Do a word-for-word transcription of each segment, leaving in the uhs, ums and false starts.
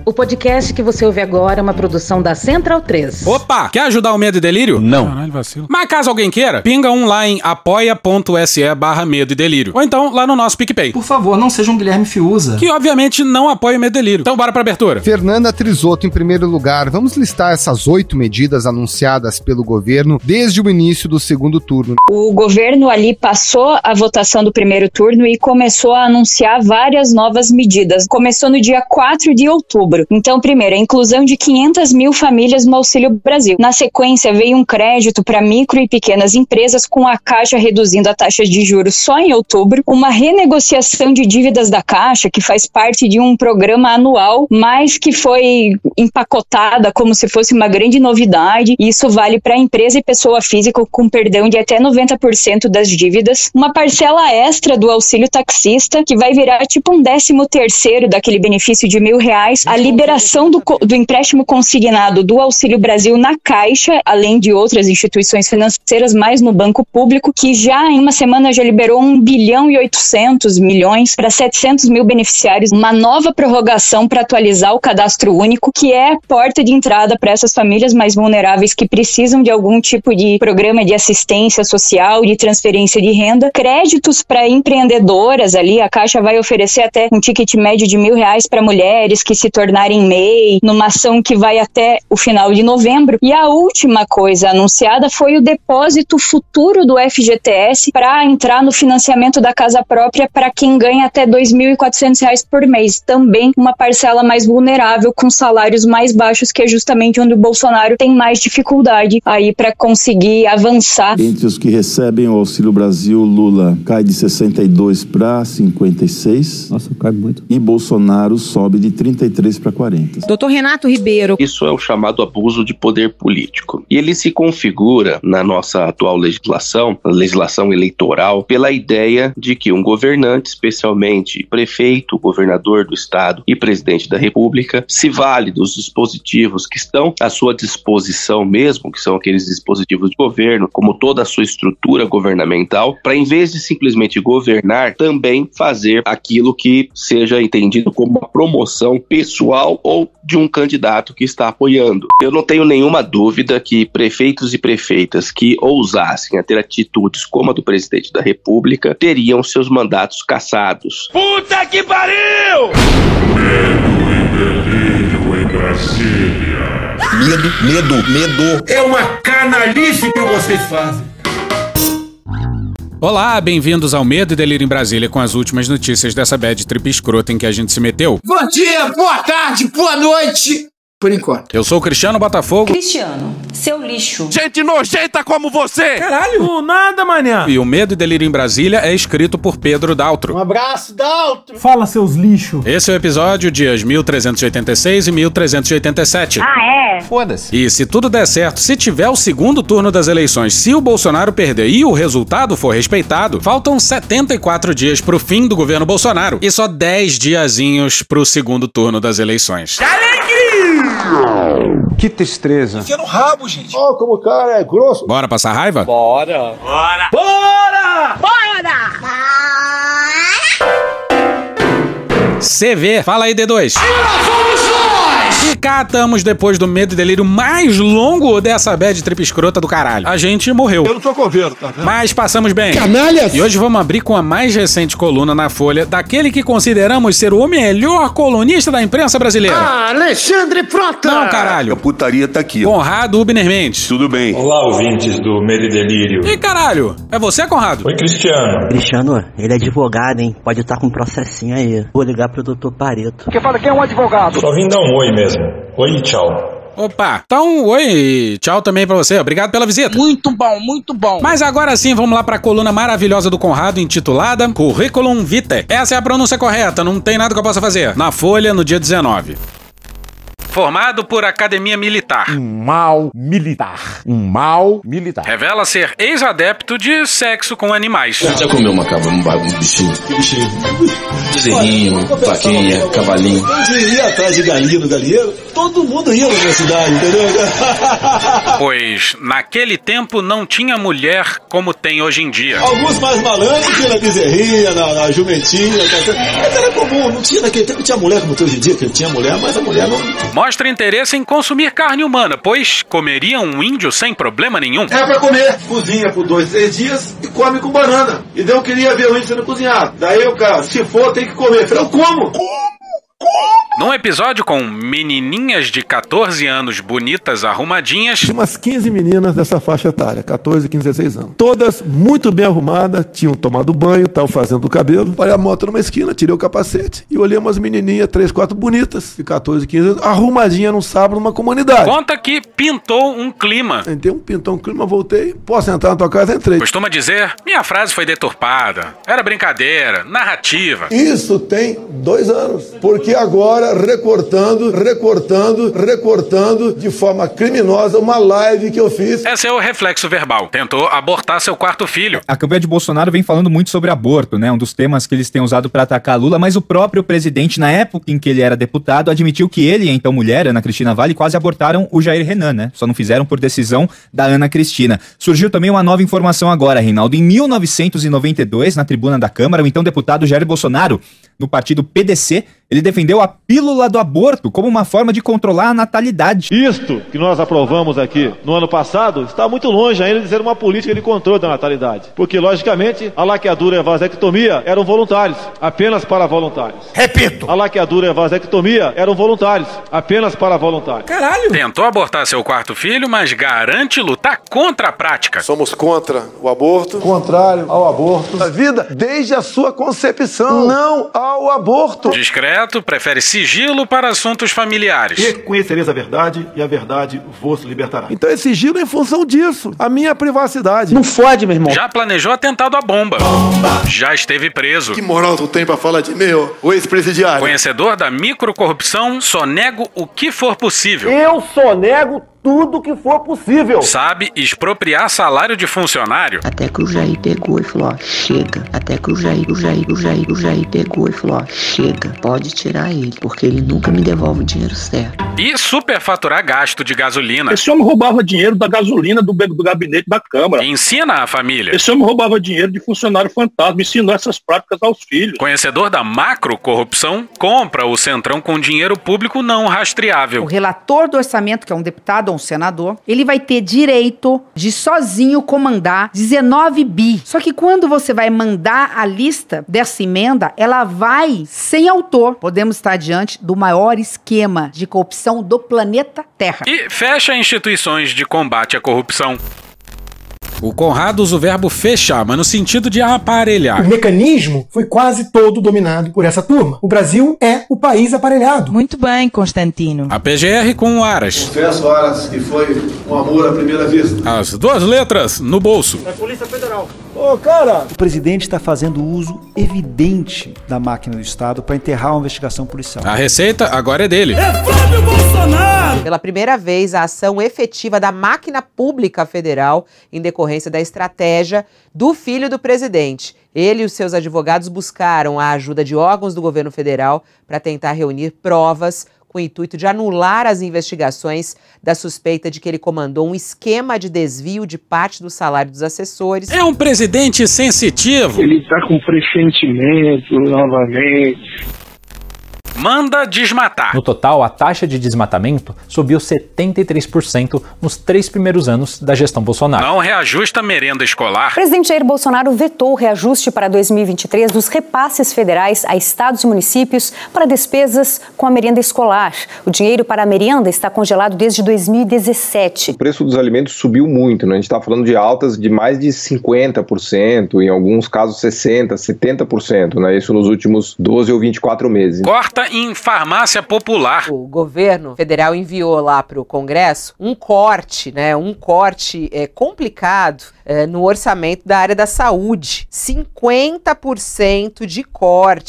O podcast que você ouve agora é uma produção da Central três. Opa! Quer ajudar o Medo e Delírio? Não. Caralho, vacilo. Mas caso alguém queira, pinga um lá em apoia.se barra Medo e Delírio. Ou então lá no nosso PicPay. Por favor, não seja um Guilherme Fiuza. Que obviamente não apoia o Medo e Delírio. Então bora pra abertura. Fernanda Trisotto em primeiro lugar. Vamos listar essas oito medidas anunciadas pelo governo desde o início do segundo turno. O governo ali passou a votação do primeiro turno e começou a anunciar várias novas medidas. Começou no dia quatro de outubro. Então, primeiro, a inclusão de quinhentas mil famílias no Auxílio Brasil. Na sequência, veio um crédito para micro e pequenas empresas, com a Caixa reduzindo a taxa de juros só em outubro. Uma renegociação de dívidas da Caixa, que faz parte de um programa anual, mas que foi empacotada como se fosse uma grande novidade. Isso vale para empresa e pessoa física, com perdão de até noventa por cento das dívidas. Uma parcela extra do auxílio taxista, que vai virar tipo um décimo terceiro daquele benefício de mil reais. A liberação do, do empréstimo consignado do Auxílio Brasil na Caixa, além de outras instituições financeiras, mais no banco público, que já em uma semana já liberou um bilhão e oitocentos milhões para setecentos mil beneficiários. Uma nova prorrogação para atualizar o cadastro único, que é porta de entrada para essas famílias mais vulneráveis que precisam de algum tipo de programa de assistência social, de transferência de renda. Créditos para empreendedoras ali, a Caixa vai oferecer até um ticket médio de mil reais para mulheres que se tornarem M E I, numa ação que vai até o final de novembro. E a última coisa anunciada foi o depósito futuro do F G T S para entrar no financiamento da casa própria para quem ganha até dois mil e quatrocentos reais por mês. Também uma parcela mais vulnerável, com salários mais baixos, que é justamente onde o Bolsonaro tem mais dificuldade aí para conseguir avançar. Entre os que recebem o Auxílio Brasil, Lula cai de sessenta e dois para cinquenta e seis. Nossa, cai muito. E Bolsonaro sobe de trinta e três para quarenta. Doutor Renato Ribeiro. Isso é o chamado abuso de poder político. E ele se configura na nossa atual legislação, a legislação eleitoral, pela ideia de que um governante, especialmente prefeito, governador do estado e presidente da República, se vale dos dispositivos que estão à sua disposição mesmo, que são aqueles dispositivos de governo, como toda a sua estrutura governamental, para, em vez de simplesmente governar, também fazer aquilo que seja entendido como uma promoção pessoal ou de um candidato que está apoiando. Eu não tenho nenhuma dúvida que prefeitos e prefeitas que ousassem a ter atitudes como a do presidente da República teriam seus mandatos cassados. Puta que pariu! Medo e delírio em Brasília. Medo, medo, medo. É uma canalice que vocês fazem. Olá, bem-vindos ao Medo e Delírio em Brasília, com as últimas notícias dessa bad trip escrota em que a gente se meteu. Bom dia, boa tarde, boa noite. Por enquanto. Eu sou o Cristiano Botafogo. Cristiano, seu lixo. Gente nojenta como você! Caralho! Do nada, mané! E o Medo e Delírio em Brasília é escrito por Pedro Daltro. Um abraço, Daltro! Fala, seus lixos! Esse é o episódio dias mil trezentos e oitenta e seis e mil trezentos e oitenta e sete. Ah, é? Foda-se. E se tudo der certo, se tiver o segundo turno das eleições, se o Bolsonaro perder e o resultado for respeitado, faltam setenta e quatro dias pro fim do governo Bolsonaro e só dez diazinhos pro segundo turno das eleições. Que tristeza. Enfia no rabo, gente. Ó, oh, como o cara é grosso. Bora passar raiva? Bora. Bora! Bora! Bora! C V, fala aí, D dois. E cá estamos depois do Medo e Delírio mais longo dessa bad trip escrota do caralho. A gente morreu. Eu não sou coveiro, tá vendo? Mas passamos bem. Canalhas! E hoje vamos abrir com a mais recente coluna na Folha daquele que consideramos ser o melhor colunista da imprensa brasileira. Ah, Alexandre Frota! Não, caralho. A putaria tá aqui. Conrado Ubner Mendes. Tudo bem. Olá, ouvintes do Medo e Delírio. E caralho, é você, Conrado? Oi, Cristiano. Cristiano, ele é advogado, hein? Pode estar com um processinho aí. Vou ligar pro doutor Pareto. Quem fala quem é um advogado? Só vim dar um oi mesmo. Oi e tchau. Opa, então oi e tchau também pra você, obrigado pela visita. Muito bom, muito bom. Mas agora sim, vamos lá pra coluna maravilhosa do Conrado, intitulada Curriculum Vitae. Essa é a pronúncia correta, não tem nada que eu possa fazer. Na Folha, no dia dezenove. formado por academia militar. Um mal militar. Um mal militar. Revela ser ex-adepto de sexo com animais. Você já comeu uma cabra, um bichinho? Que bichinho? Bezerrinho, vaquinha, cavalinho. Eu ia atrás de galinha no galinheiro, todo mundo ia na minha cidade, entendeu? Pois naquele tempo não tinha mulher como tem hoje em dia. Alguns mais malandros tinham na bezerrinha, na, na jumentinha, mas era comum, não tinha naquele tempo, tinha mulher como tem hoje em dia, que tinha mulher, mas a mulher não... Mostra interesse em consumir carne humana, pois comeria um índio sem problema nenhum. É pra comer, cozinha por dois, três dias e come com banana. E daí eu queria ver o índio sendo cozinhado. Daí o cara, se for, tem que comer. Eu falei, eu como! Num episódio com menininhas de catorze anos bonitas arrumadinhas... Tinha umas quinze meninas dessa faixa etária, catorze, quinze, dezesseis anos. Todas muito bem arrumadas, tinham tomado banho, estavam fazendo o cabelo. Parei a moto numa esquina, tirei o capacete e olhei umas menininhas, três, quatro bonitas, de catorze, quinze anos, arrumadinha num sábado numa comunidade. Conta que pintou um clima. Entrei um pintou um clima, voltei. Posso entrar na tua casa? Entrei. Costuma dizer, minha frase foi deturpada, era brincadeira, narrativa. Isso tem dois anos, porque agora recortando, recortando, recortando de forma criminosa uma live que eu fiz. Esse é o reflexo verbal. Tentou abortar seu quarto filho. A campanha de Bolsonaro vem falando muito sobre aborto, né? Um dos temas que eles têm usado para atacar Lula, mas o próprio presidente, na época em que ele era deputado, admitiu que ele e a então mulher, Ana Cristina Valle, quase abortaram o Jair Renan, né? Só não fizeram por decisão da Ana Cristina. Surgiu também uma nova informação agora, Reinaldo. Em mil novecentos e noventa e dois, na tribuna da Câmara, o então deputado Jair Bolsonaro, no partido P D C, ele defendeu a pílula do aborto como uma forma de controlar a natalidade. Isto que nós aprovamos aqui no ano passado está muito longe ainda de ser uma política de controle da natalidade. Porque, logicamente, a laqueadura e a vasectomia eram voluntários, apenas para voluntários. Repito! A laqueadura e a vasectomia eram voluntários, apenas para voluntários. Caralho! Tentou abortar seu quarto filho, mas garante lutar contra a prática. Somos contra o aborto. Contrário ao aborto. A vida desde a sua concepção, não ao aborto. Discreto, prefere sigilo para assuntos familiares. E conhecereis a verdade, e a verdade vos libertará. Então é sigilo em função disso, a minha privacidade. Não fode, meu irmão. Já planejou atentado à bomba. bomba. Já esteve preso. Que moral tu tem pra falar de mim, ô ex-presidiário? Conhecedor da microcorrupção, só nego o que for possível. Eu só nego tudo que for possível. Sabe expropriar salário de funcionário. Até que o Jair pegou e falou, ó, chega. Até que o Jair, o Jair, o Jair, o Jair pegou e falou, ó, chega. Pode tirar ele, porque ele nunca me devolve o dinheiro certo. E superfaturar gasto de gasolina. Esse homem roubava dinheiro da gasolina do, do gabinete da Câmara. Ensina a família. Esse homem roubava dinheiro de funcionário fantasma, ensinou essas práticas aos filhos. Conhecedor da macrocorrupção, compra o Centrão com dinheiro público não rastreável. O relator do orçamento, que é um deputado ou um senador, ele vai ter direito de sozinho comandar dezenove bi. Só que quando você vai mandar a lista dessa emenda, ela vai sem autor. Podemos estar diante do maior esquema de corrupção do planeta Terra. E fecha instituições de combate à corrupção. O Conrado usa o verbo fechar, mas no sentido de aparelhar. O mecanismo foi quase todo dominado por essa turma. O Brasil é o país aparelhado. Muito bem, Constantino. A P G R com o Aras. Confesso, Aras, que foi um amor à primeira vista. As duas letras no bolso. É a Polícia Federal. Ô, cara! O presidente está fazendo uso evidente da máquina do Estado para enterrar uma investigação policial. A receita agora é dele. É Flávio Bolsonaro! Pela primeira vez, a ação efetiva da máquina pública federal em decorrência da estratégia do filho do presidente. Ele e os seus advogados buscaram a ajuda de órgãos do governo federal para tentar reunir provas com o intuito de anular as investigações da suspeita de que ele comandou um esquema de desvio de parte do salário dos assessores. É um presidente sensitivo. Ele está com pressentimento novamente. Manda desmatar. No total, a taxa de desmatamento subiu setenta e três por cento nos três primeiros anos da gestão Bolsonaro. Não reajusta merenda escolar. O presidente Jair Bolsonaro vetou o reajuste para dois mil e vinte e três dos repasses federais a estados e municípios para despesas com a merenda escolar. O dinheiro para a merenda está congelado desde dois mil e dezessete. O preço dos alimentos subiu muito, né? A gente está falando de altas de mais de cinquenta por cento, em alguns casos sessenta por cento, setenta por cento, né? Isso nos últimos doze ou vinte e quatro meses. Corta em farmácia popular. O governo federal enviou lá para o Congresso um corte, né, um corte é, complicado é, no orçamento da área da saúde. cinquenta por cento de corte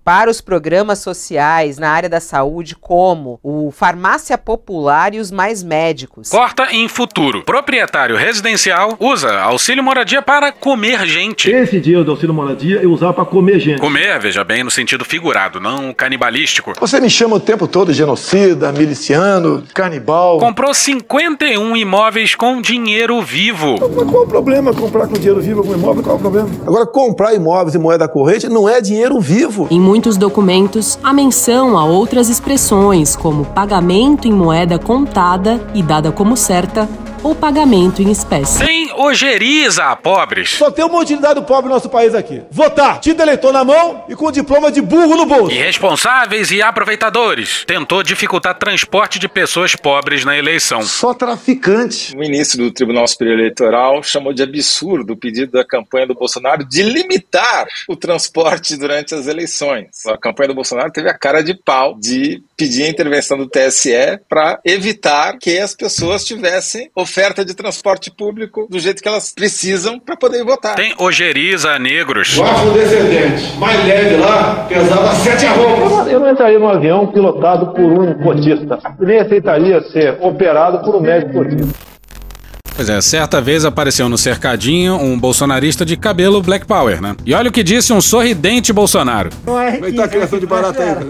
para os programas sociais na área da saúde, como o Farmácia Popular e os Mais Médicos. Corta em futuro. Proprietário residencial usa auxílio moradia para comer gente. Esse dinheiro do auxílio moradia eu usava para comer gente. Comer, veja bem, no sentido figurado, não canibalístico. Você me chama o tempo todo de genocida, miliciano, canibal. Comprou cinquenta e um imóveis com dinheiro vivo. Mas qual o problema comprar com dinheiro vivo algum imóvel? Qual o problema? Agora, comprar imóveis em moeda corrente não é dinheiro vivo. Em muitos documentos, há menção a outras expressões, como pagamento em moeda contada e dada como certa, ou pagamento em espécie. Tem ojeriza a pobres. Só tem uma utilidade do pobre no nosso país aqui. Votar, título eleitor na mão e com diploma de burro no bolso. Irresponsáveis e aproveitadores. Tentou dificultar transporte de pessoas pobres na eleição. Só traficante. O ministro do Tribunal Superior Eleitoral chamou de absurdo o pedido da campanha do Bolsonaro de limitar o transporte durante as eleições. A campanha do Bolsonaro teve a cara de pau de pedir a intervenção do T S E para evitar que as pessoas tivessem oferta de transporte público do jeito que elas precisam para poder votar. Tem ojeriza a negros. Eu acho um descendente mais leve lá, pesava sete arrobas. Eu não entraria num avião pilotado por um cotista. Nem aceitaria ser operado por um médico cotista. Pois é, certa vez apareceu no cercadinho um bolsonarista de cabelo Black Power, né? E olha o que disse um sorridente Bolsonaro. Como é que tá a criação de barata aí?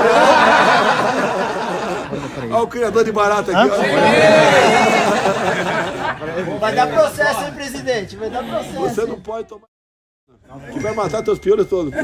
Olha o criador de barata aqui. Vai dar processo, hein, presidente? Vai dar processo. Você não pode tomar... que vai matar teus piolhos todos.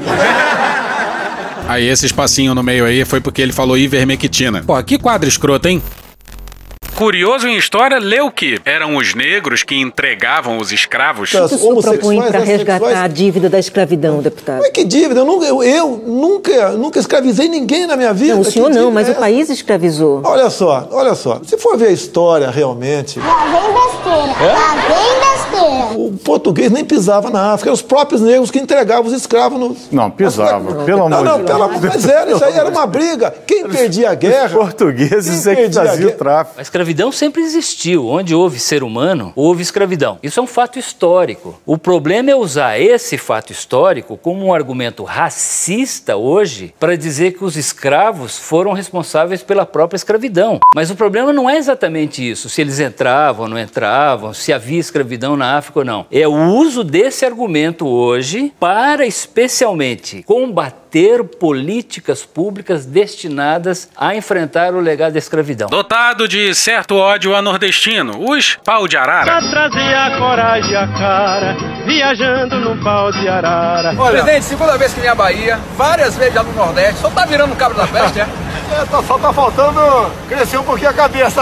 Aí esse espacinho no meio aí foi porque ele falou ivermectina. Pô, que quadro escroto, hein? Curioso em história, leu que eram os negros que entregavam os escravos. O que o senhor propõe para resgatar a dívida da escravidão, deputado? Mas que dívida? Eu nunca, eu, eu nunca, nunca escravizei ninguém na minha vida. Não, o senhor não, mas é o país escravizou. Olha só, olha só. Se for ver a história realmente... Lá vem besteira, lá vem besteira. O português nem pisava na África, eram os próprios negros que entregavam os escravos no... Não, pisava, pelo amor de Deus. Não, não, mas era, isso aí era uma briga. Quem perdia a guerra... Os portugueses é que faziam o tráfico. A escravidão sempre existiu. Onde houve ser humano, houve escravidão. Isso é um fato histórico. O problema é usar esse fato histórico como um argumento racista hoje para dizer que os escravos foram responsáveis pela própria escravidão. Mas o problema não é exatamente isso, se eles entravam ou não entravam, se havia escravidão na África ou não. É o uso desse argumento hoje para, especialmente, combater políticas públicas destinadas a enfrentar o legado da escravidão. Dotado de certo ódio a nordestino, os pau de arara. Já trazia a coragem e a cara, viajando num pau de arara. Olha, presidente, segunda vez que vem à Bahia, várias vezes já no Nordeste, só tá virando um cabo da peste, é? É, tá, só tá faltando crescer um pouquinho a cabeça.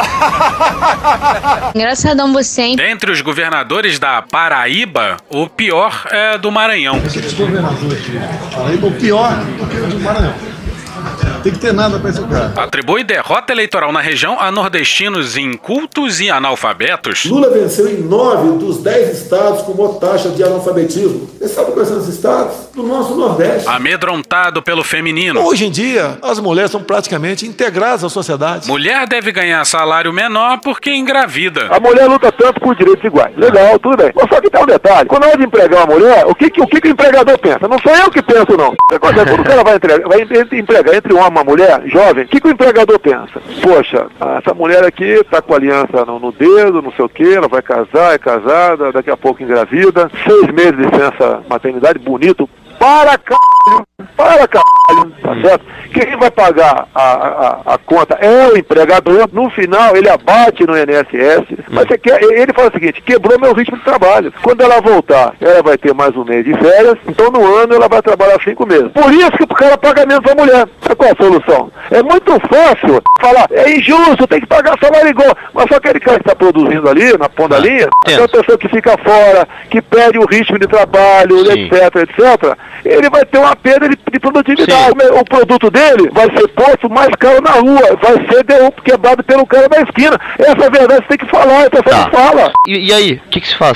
Engraçadão você, hein? Dentre os governadores da Paraíba, o pior é do Maranhão. Esses governadores aqui, Paraíba, o pior do que o do Maranhão. Tem que ter nada pra esse cara. Atribui derrota eleitoral na região a nordestinos incultos e analfabetos. Lula venceu em nove dos dez estados com maior taxa de analfabetismo. Você sabe quais são os estados? Do nosso Nordeste. Amedrontado pelo feminino. Hoje em dia, as mulheres são praticamente integradas à sociedade. Mulher deve ganhar salário menor porque engravida. A mulher luta tanto por direitos iguais. Legal, tudo bem. Mas só que tem um detalhe. Quando hora de empregar uma mulher, o que, que, o, que que o empregador pensa? Não sou eu que penso, não. Quando o cara vai, entregar, vai empregar entre um homem e uma mulher jovem, o que, que o empregador pensa? Poxa, essa mulher aqui tá com a aliança no, no dedo, não sei o que, ela vai casar, é casada, daqui a pouco engravida, seis meses de licença maternidade, bonito, para caralho, para caralho, tá certo? Quem vai pagar a, a, a conta é o empregador, no final ele abate no I N S S, mas você quer, ele fala o seguinte, quebrou meu ritmo de trabalho. Quando ela voltar, ela vai ter mais um mês de férias, então no ano ela vai trabalhar cinco meses. Por isso que o cara paga menos pra mulher. Qual é a solução? É muito fácil falar, é injusto, tem que pagar salário igual, mas só aquele cara que está produzindo ali, na ponta da linha, aquela pessoa que fica fora, que perde o ritmo de trabalho, Sim. etc, etcétera, ele vai ter uma perda de, de produtividade. Sim. O produto dele vai ser posto mais caro na rua, vai ser derrubo, quebrado pelo cara da esquina. Essa é a verdade, você tem que falar, a pessoa tá. não fala. E, e aí, o que, que se faz?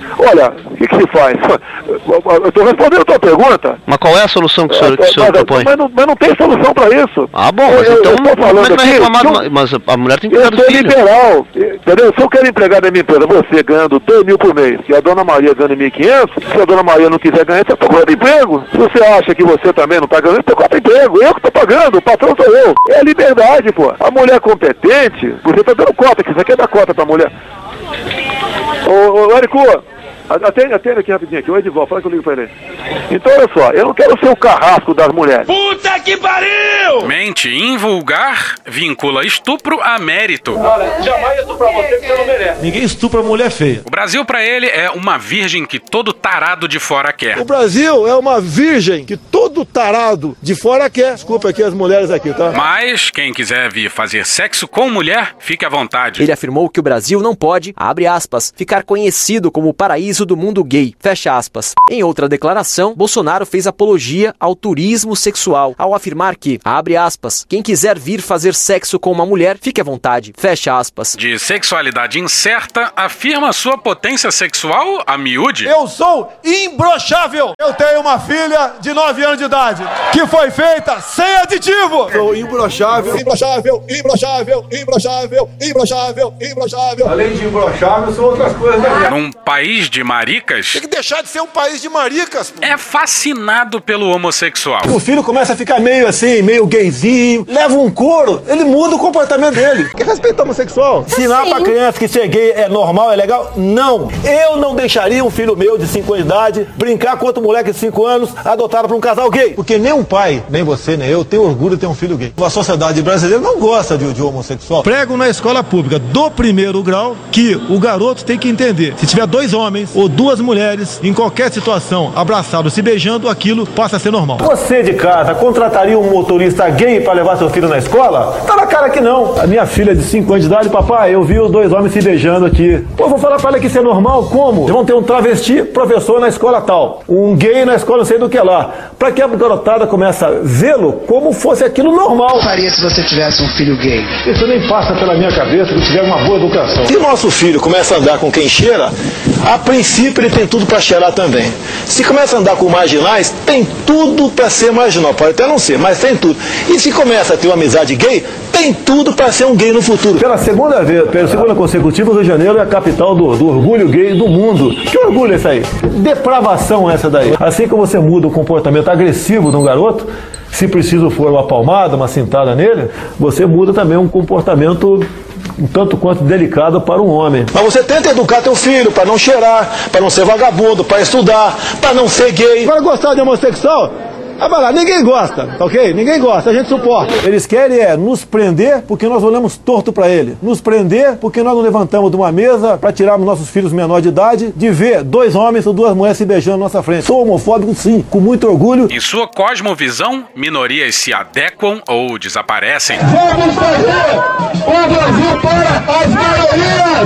Olha, o que, que se faz? Eu estou respondendo a tua pergunta. Mas qual é a solução que o senhor, que o senhor mas, propõe? Mas não, mas não tem solução para isso. Ah, bom, mas eu, então eu tô falando como é que vai aqui, reclamar? eu, do, mas a mulher tem que cuidar eu do sou filho. liberal, entendeu? Se eu quero empregar na minha empresa, você ganhando dois mil por mês, e a dona Maria ganhando mil e quinhentos, se a dona Maria não quiser ganhar, você procura emprego. Se você acha que você também não está ganhando, você procura emprego. Eu que estou pagando, o patrão sou eu. É liberdade, pô. A mulher competente, você está dando cota, que você quer dar cota pra mulher. Ô, ô, Érico, atende, atende aqui rapidinho aqui, o Edival, fala que eu ligo pra ele. Então, olha só, eu não quero ser o carrasco das mulheres. Puta que pariu! Mente invulgar vincula estupro a mérito. Olha, jamais estuprar você que você não merece. Ninguém estupra mulher feia. O Brasil, pra ele, é uma virgem que todo tarado de fora quer. O Brasil é uma virgem que todo tarado de fora quer. Desculpa aqui as mulheres aqui, tá? Mas quem quiser vir fazer sexo com mulher, fique à vontade. Ele afirmou que o Brasil não pode, abre aspas, ficar conhecido como o paraíso do mundo gay, fecha aspas. Em outra declaração, Bolsonaro fez apologia ao turismo sexual, ao afirmar que, abre aspas, quem quiser vir fazer sexo com uma mulher, fique à vontade, fecha aspas. De sexualidade incerta, afirma sua potência sexual a miúde. Eu sou imbrochável. Eu tenho uma filha de nove anos de idade, que foi feita sem aditivo. Sou imbrochável, imbrochável, imbrochável, imbrochável, imbrochável, imbrochável. Além de imbrochável, são outras coisas da vida. Num país de maricas, tem que deixar de ser um país de maricas. É fascinado pelo homossexual. O filho começa a ficar meio assim, meio gayzinho, leva um couro, ele muda o comportamento dele. Quer respeitar o homossexual? Ensinar pra criança que ser gay é normal, é legal? Não. Eu não deixaria um filho meu de cinco anos de idade brincar com outro moleque de cinco anos adotado por um casal gay. Porque nem um pai, nem você, nem eu, tem orgulho de ter um filho gay. A sociedade brasileira não gosta de, de homossexual. Prego na escola pública do primeiro grau que o garoto tem que entender. Se tiver dois homens ou duas mulheres em qualquer situação abraçados, se beijando, aquilo passa a ser normal. Você de casa contrataria um motorista gay para levar seu filho na escola? Tá na cara que não. A minha filha de cinco anos de idade, papai, eu vi os dois homens se beijando aqui. Pô, vou falar para ela que isso é normal? Como? Vão ter um travesti professor na escola tal, um gay na escola não sei do que lá. Para que a garotada comece a vê-lo como fosse aquilo normal. O que faria se você tivesse um filho gay? Isso nem passa pela minha cabeça que tiver uma boa educação. Se nosso filho começa a andar com quem cheira, a princípio ele tem tudo para cheirar também. Se começa a andar com marginais, tem tudo para ser marginal. Pode até não ser, mas tem tudo. E se começa a ter uma amizade gay, tem tudo para ser um gay no futuro. Pela segunda vez, pela segunda consecutiva, o Rio de Janeiro é a capital do, do orgulho gay do mundo. Que orgulho é esse aí? Depravação essa daí. Assim que você muda o comportamento agressivo de um garoto, se preciso for uma palmada, uma cintada nele, você muda também um comportamento um tanto quanto delicado para um homem. Mas você tenta educar teu filho para não cheirar, para não ser vagabundo, para estudar, para não ser gay. Para gostar de homossexual? Ah, vai lá, ninguém gosta, ok? Ninguém gosta, a gente suporta. Eles querem é nos prender porque nós olhamos torto para ele. Nos prender porque nós não levantamos de uma mesa para tirarmos nossos filhos menores de idade de ver dois homens ou duas mulheres se beijando na nossa frente. Sou homofóbico, sim, com muito orgulho. Em sua cosmovisão, minorias se adequam ou desaparecem. Vamos fazer o Brasil para as maiorias!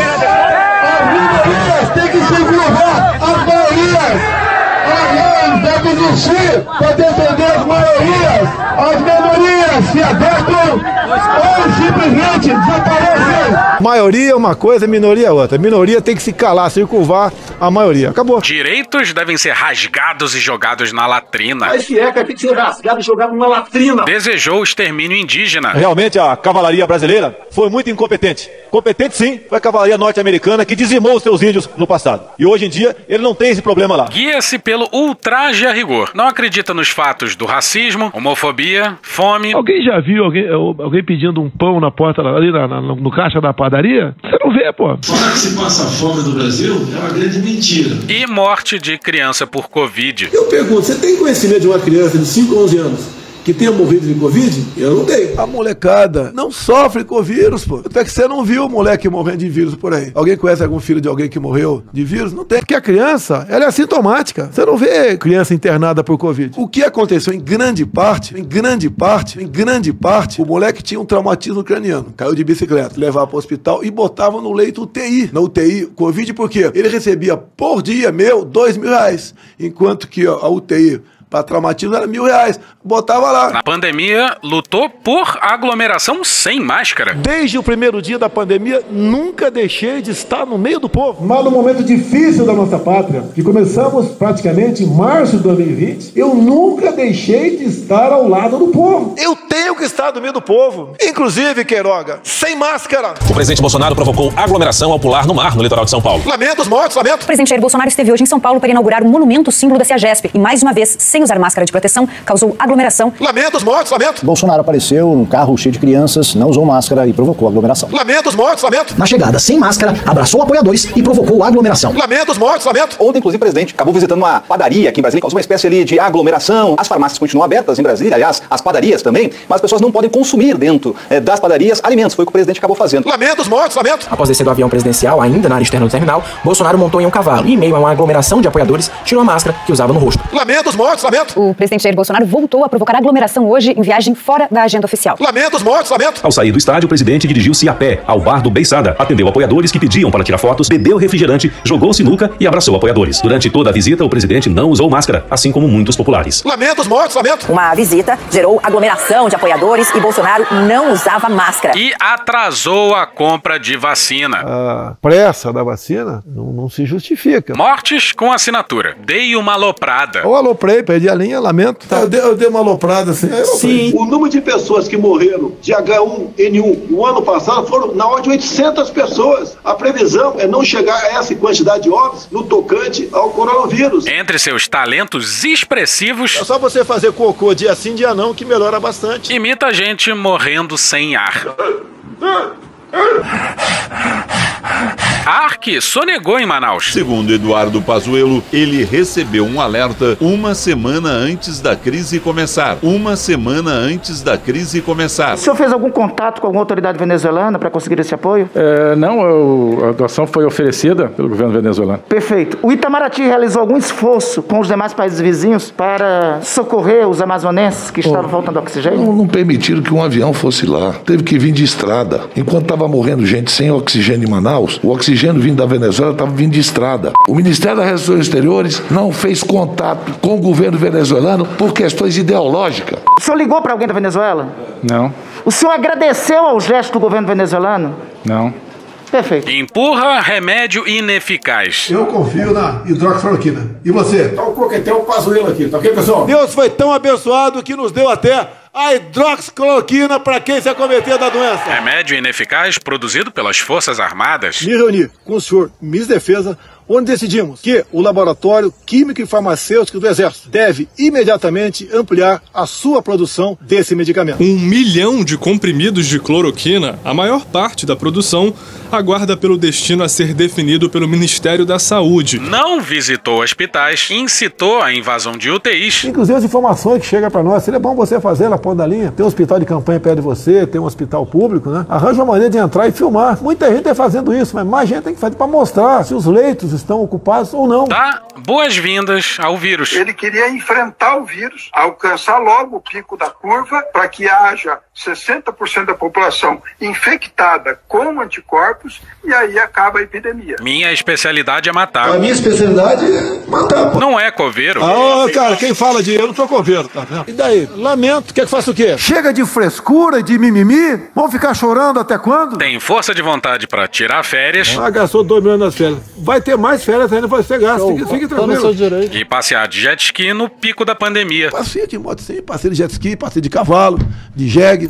As minorias têm que se curvar às maiorias! Deve existir para defender as maiorias, as minorias se adequam ou simplesmente desaparecem. Maioria é uma coisa, minoria é outra. Minoria tem que se calar, se curvar a maioria. Acabou. Direitos devem ser rasgados e jogados na latrina. Mas se é que tem que ser rasgado e jogado na latrina. Desejou o extermínio indígena. Realmente a cavalaria brasileira foi muito incompetente. Competente sim, foi a cavalaria norte-americana que dizimou os seus índios no passado. E hoje em dia ele não tem esse problema lá. Guia-se pelo ultraje a rigor. Não acredita nos fatos do racismo, homofobia, fome. Alguém já viu alguém, alguém pedindo um pão na porta ali na, na, no caixa da padaria? Você não vê, pô. Falar que se passa fome no Brasil é uma grande mentira. E morte de criança por Covid. Eu pergunto, você tem conhecimento de uma criança de cinco, onze anos que tenha morrido de Covid? Eu não tenho. A molecada não sofre com vírus, pô. Até que você não viu o moleque morrendo de vírus por aí. Alguém conhece algum filho de alguém que morreu de vírus? Não tem. Porque a criança, ela é assintomática. Você não vê criança internada por Covid. O que aconteceu em grande parte, em grande parte, em grande parte, o moleque tinha um traumatismo craniano. Caiu de bicicleta, levava para o hospital e botava no leito U T I. Na U T I, Covid, por quê? Ele recebia por dia, meu, dois mil reais. Enquanto que a U T I Para traumatismo era mil reais. Botava lá. Na pandemia, lutou por aglomeração sem máscara. Desde o primeiro dia da pandemia, nunca deixei de estar no meio do povo. Mas no momento difícil da nossa pátria, que começamos praticamente em março de dois mil e vinte, eu nunca deixei de estar ao lado do povo. Eu tenho que estar no meio do povo. Inclusive, Queiroga, sem máscara. O presidente Bolsonaro provocou aglomeração ao pular no mar no litoral de São Paulo. Lamento os mortos, lamento. O presidente Jair Bolsonaro esteve hoje em São Paulo para inaugurar o monumento símbolo da CEAGESP e, mais uma vez, sem usar máscara de proteção, causou aglomeração. Lamento os mortos, lamento. Bolsonaro apareceu num carro cheio de crianças, não usou máscara e provocou aglomeração. Lamento os mortos, lamento. Na chegada, sem máscara, abraçou apoiadores e provocou aglomeração. Lamento os mortos, lamento. Ontem, inclusive, o presidente acabou visitando uma padaria aqui em Brasília, causou uma espécie ali de aglomeração. As farmácias continuam abertas em Brasília, aliás, as padarias também, mas as pessoas não podem consumir dentro eh, das padarias alimentos. Foi o que o presidente acabou fazendo. Lamento os mortos, lamento. Após descer do avião presidencial, ainda na área externa do terminal, Bolsonaro montou em um cavalo e, em meio a uma aglomeração de apoiadores, tirou a máscara que usava no rosto. Lamento os mortos, lamento. O presidente Jair Bolsonaro voltou a provocar aglomeração hoje em viagem fora da agenda oficial. Lamento os mortos, lamento. Ao sair do estádio, o presidente dirigiu-se a pé ao bar do Beiçada, atendeu apoiadores que pediam para tirar fotos, bebeu refrigerante, jogou sinuca e abraçou apoiadores. Durante toda a visita, o presidente não usou máscara, assim como muitos populares. Lamento os mortos, lamento. Uma visita gerou aglomeração de apoiadores e Bolsonaro não usava máscara. E atrasou a compra de vacina. A pressa da vacina não, não se justifica. Mortes com assinatura. Dei uma aloprada. Eu aloprei, perdi a linha, lamento. Eu dei, eu dei uma aloprada assim. Sim. O número de pessoas que morreram de agá um ene um no ano passado foram na ordem de oitocentas pessoas. A previsão é não chegar a essa quantidade de óbitos no tocante ao coronavírus. Entre seus talentos expressivos... É só você fazer cocô dia sim, dia não, que melhora bastante. Imita gente morrendo sem ar. Ar que sonegou em Manaus. Segundo Eduardo Pazuello, ele recebeu um alerta uma semana antes da crise começar. Uma semana antes da crise começar. O senhor fez algum contato com alguma autoridade venezuelana para conseguir esse apoio? É, não, eu, a doação foi oferecida pelo governo venezuelano. Perfeito. O Itamaraty realizou algum esforço com os demais países vizinhos para socorrer os amazonenses que estavam oh, faltando oxigênio? Não, não permitiram que um avião fosse lá. Teve que vir de estrada. Enquanto estava morrendo gente sem oxigênio em Manaus, o oxigênio vindo da Venezuela estava vindo de estrada. O Ministério das Relações Exteriores não fez contato com o governo venezuelano por questões ideológicas. O senhor ligou para alguém da Venezuela? Não. O senhor agradeceu ao gesto do governo venezuelano? Não. Perfeito. Empurra remédio ineficaz. Eu confio na hidroxicloroquina. E você? Tá o coquetel Pazuello aqui, tá ok, pessoal? Deus foi tão abençoado que nos deu até a hidroxicloroquina para quem se acometer da doença. Remédio ineficaz produzido pelas Forças Armadas. Me reuni com o senhor Miss Defesa, onde decidimos que o Laboratório Químico e Farmacêutico do Exército deve imediatamente ampliar a sua produção desse medicamento. Um milhão de comprimidos de cloroquina, a maior parte da produção, aguarda pelo destino a ser definido pelo Ministério da Saúde. Não visitou hospitais, incitou a invasão de U T Is. Inclusive as informações que chegam para nós, seria bom você fazer na ponta da linha. Tem um hospital de campanha perto de você, tem um hospital público, né? Arranja uma maneira de entrar e filmar. Muita gente está fazendo isso, mas mais gente tem que fazer para mostrar se os leitos estão ocupados ou não. Dá boas-vindas ao vírus. Ele queria enfrentar o vírus, alcançar logo o pico da curva para que haja sessenta por cento da população infectada com anticorpos e aí acaba a epidemia. Minha especialidade é matar. A minha especialidade é matar. Pô. Não é coveiro. Ah, cara, quem fala de eu não sou coveiro, tá vendo? E daí? Lamento, quer que faça o quê? Chega de frescura e de mimimi? Vão ficar chorando até quando? Tem força de vontade para tirar férias. Ah, gastou dois milhões nas férias. Vai ter mais férias ainda para ser gasto. Fique, fique tranquilo. E passear de jet ski no pico da pandemia. Passeio de moto sim, passeio de jet ski, passeio de cavalo, de jegue.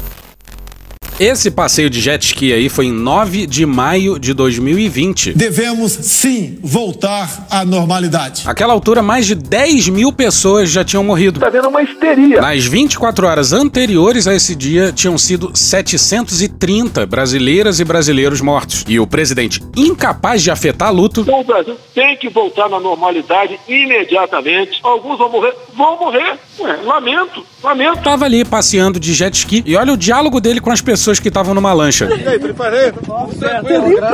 Esse passeio de jet ski aí foi em nove de maio de dois mil e vinte. Devemos, sim, voltar à normalidade. Àquela altura, mais de dez mil pessoas já tinham morrido. Tá vendo uma histeria. Nas vinte e quatro horas anteriores a esse dia, tinham sido setecentos e trinta brasileiras e brasileiros mortos. E o presidente, incapaz de afetar luto... Então o Brasil tem que voltar na normalidade imediatamente. Alguns vão morrer. Vão morrer. Ué, lamento, lamento. Tava ali passeando de jet ski e olha o diálogo dele com as pessoas que estavam numa lancha. E aí, preparei? Tudo em